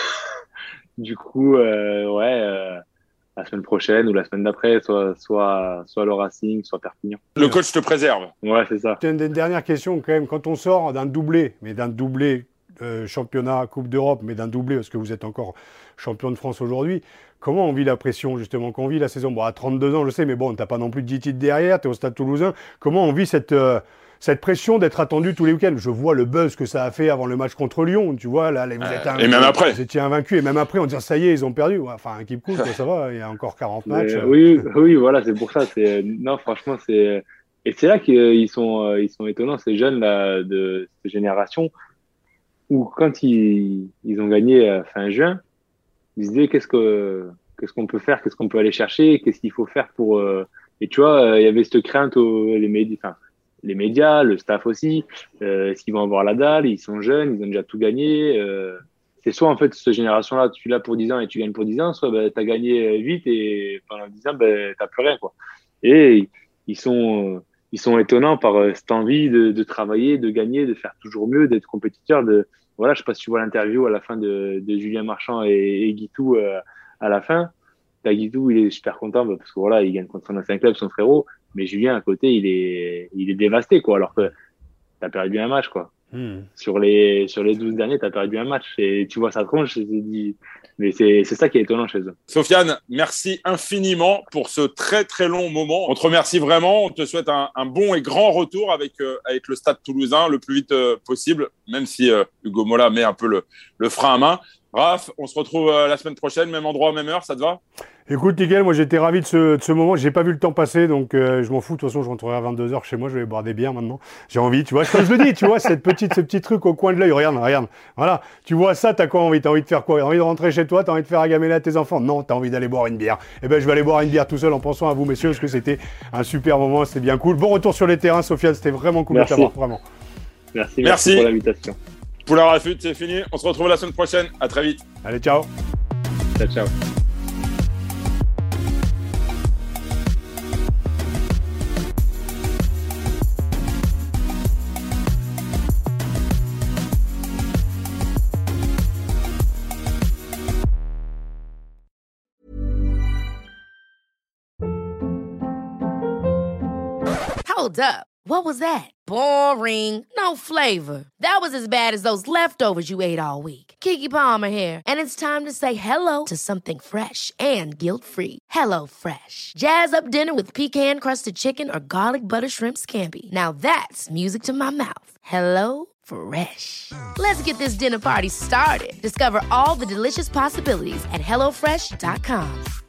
Du coup, euh, ouais, euh, la semaine prochaine ou la semaine d'après, soit, soit, soit le Racing, soit Perpignan. Le coach te préserve. Ouais, c'est ça. Une des dernières questions quand même. Quand on sort d'un doublé, mais d'un doublé euh, championnat, Coupe d'Europe, mais d'un doublé parce que vous êtes encore champion de France aujourd'hui, comment on vit la pression justement? Quand on vit la saison, bon, à trente-deux ans, je sais, mais bon, t'as pas non plus de dix titres derrière, t'es au Stade Toulousain. Comment on vit cette euh, cette pression d'être attendu tous les week-ends? Je vois le buzz que ça a fait avant le match contre Lyon, tu vois, là, vous êtes un, et même après. vous étiez invaincu, et même après, on dit ça y est, ils ont perdu. Ouais, enfin, équipe cool, quoi, ça va, il y a encore quarante matchs. Mais, oui, oui, voilà, c'est pour ça. C'est, non, franchement, c'est, et c'est là qu'ils sont, ils sont étonnants, ces jeunes là, de cette génération, où quand ils, ils ont gagné euh, fin juin, ils se disaient qu'est-ce que, qu'est-ce qu'on peut faire, qu'est-ce qu'on peut aller chercher, qu'est-ce qu'il faut faire pour, euh, et tu vois, euh, il y avait cette crainte aux, les médias, enfin, les médias, le staff aussi, euh, est-ce qu'ils vont avoir la dalle, ils sont jeunes, ils ont déjà tout gagné, euh, c'est soit en fait cette génération-là, tu l'as pour dix ans et tu gagnes pour dix ans, soit ben, tu as gagné vite et pendant dix ans, ben, tu plus rien, quoi. Et ils sont, ils sont étonnants par euh, cette envie de, de travailler, de gagner, de faire toujours mieux, d'être compétiteur. De, voilà, je sais pas si tu vois l'interview à la fin de, de Julien Marchand et, et Guitou euh, à la fin. T'as Guitou, il est super content parce que voilà, il gagne contre un ancien club, son frérot. Mais Julien à côté, il est, il est dévasté, quoi. Alors que t'as perdu un match, quoi. Mmh. Sur les, sur les douze derniers, tu as perdu un match. Et tu vois sa tronche, et tu te dis... Mais c'est, c'est ça qui est étonnant chez eux. Sofiane, merci infiniment pour ce très très long moment. On te remercie vraiment. On te souhaite un, un bon et grand retour avec, euh, avec le Stade Toulousain le plus vite euh, possible, même si euh, Hugo Mola met un peu le, le frein à main. Raph, on se retrouve euh, la semaine prochaine, même endroit, même heure, ça te va ? Écoute, nickel, moi j'étais ravi de ce, de ce moment. J'ai pas vu le temps passer, donc euh, je m'en fous. De toute façon, je rentrerai à vingt-deux heures chez moi. Je vais boire des bières maintenant. J'ai envie, tu vois. Comme je le dis, tu vois, cette petite, ce petit truc au coin de l'œil. Regarde, regarde. Voilà. Tu vois ça, t'as quoi envie ? T'as envie de faire quoi ? T'as envie de rentrer chez toi ? T'as envie de faire à gameler à tes enfants ? Non, t'as envie d'aller boire une bière. Eh ben, je vais aller boire une bière tout seul en pensant à vous, messieurs, parce que c'était un super moment. C'était bien cool. Bon retour sur les terrains, Sofiane. C'était vraiment cool merci. de t'avoir, vraiment. Merci, merci, merci pour l'invitation. Poulain Rafut, c'est fini. On se retrouve la semaine prochaine. À très vite. Allez, ciao. Ciao, ciao. Hold up. What was that? Boring. No flavor. That was as bad as those leftovers you ate all week. Keke Palmer here, and it's time to say hello to something fresh and guilt-free. Hello Fresh. Jazz up dinner with pecan-crusted chicken or garlic butter shrimp scampi. Now that's music to my mouth. Hello Fresh. Let's get this dinner party started. Discover all the delicious possibilities at hello fresh dot com.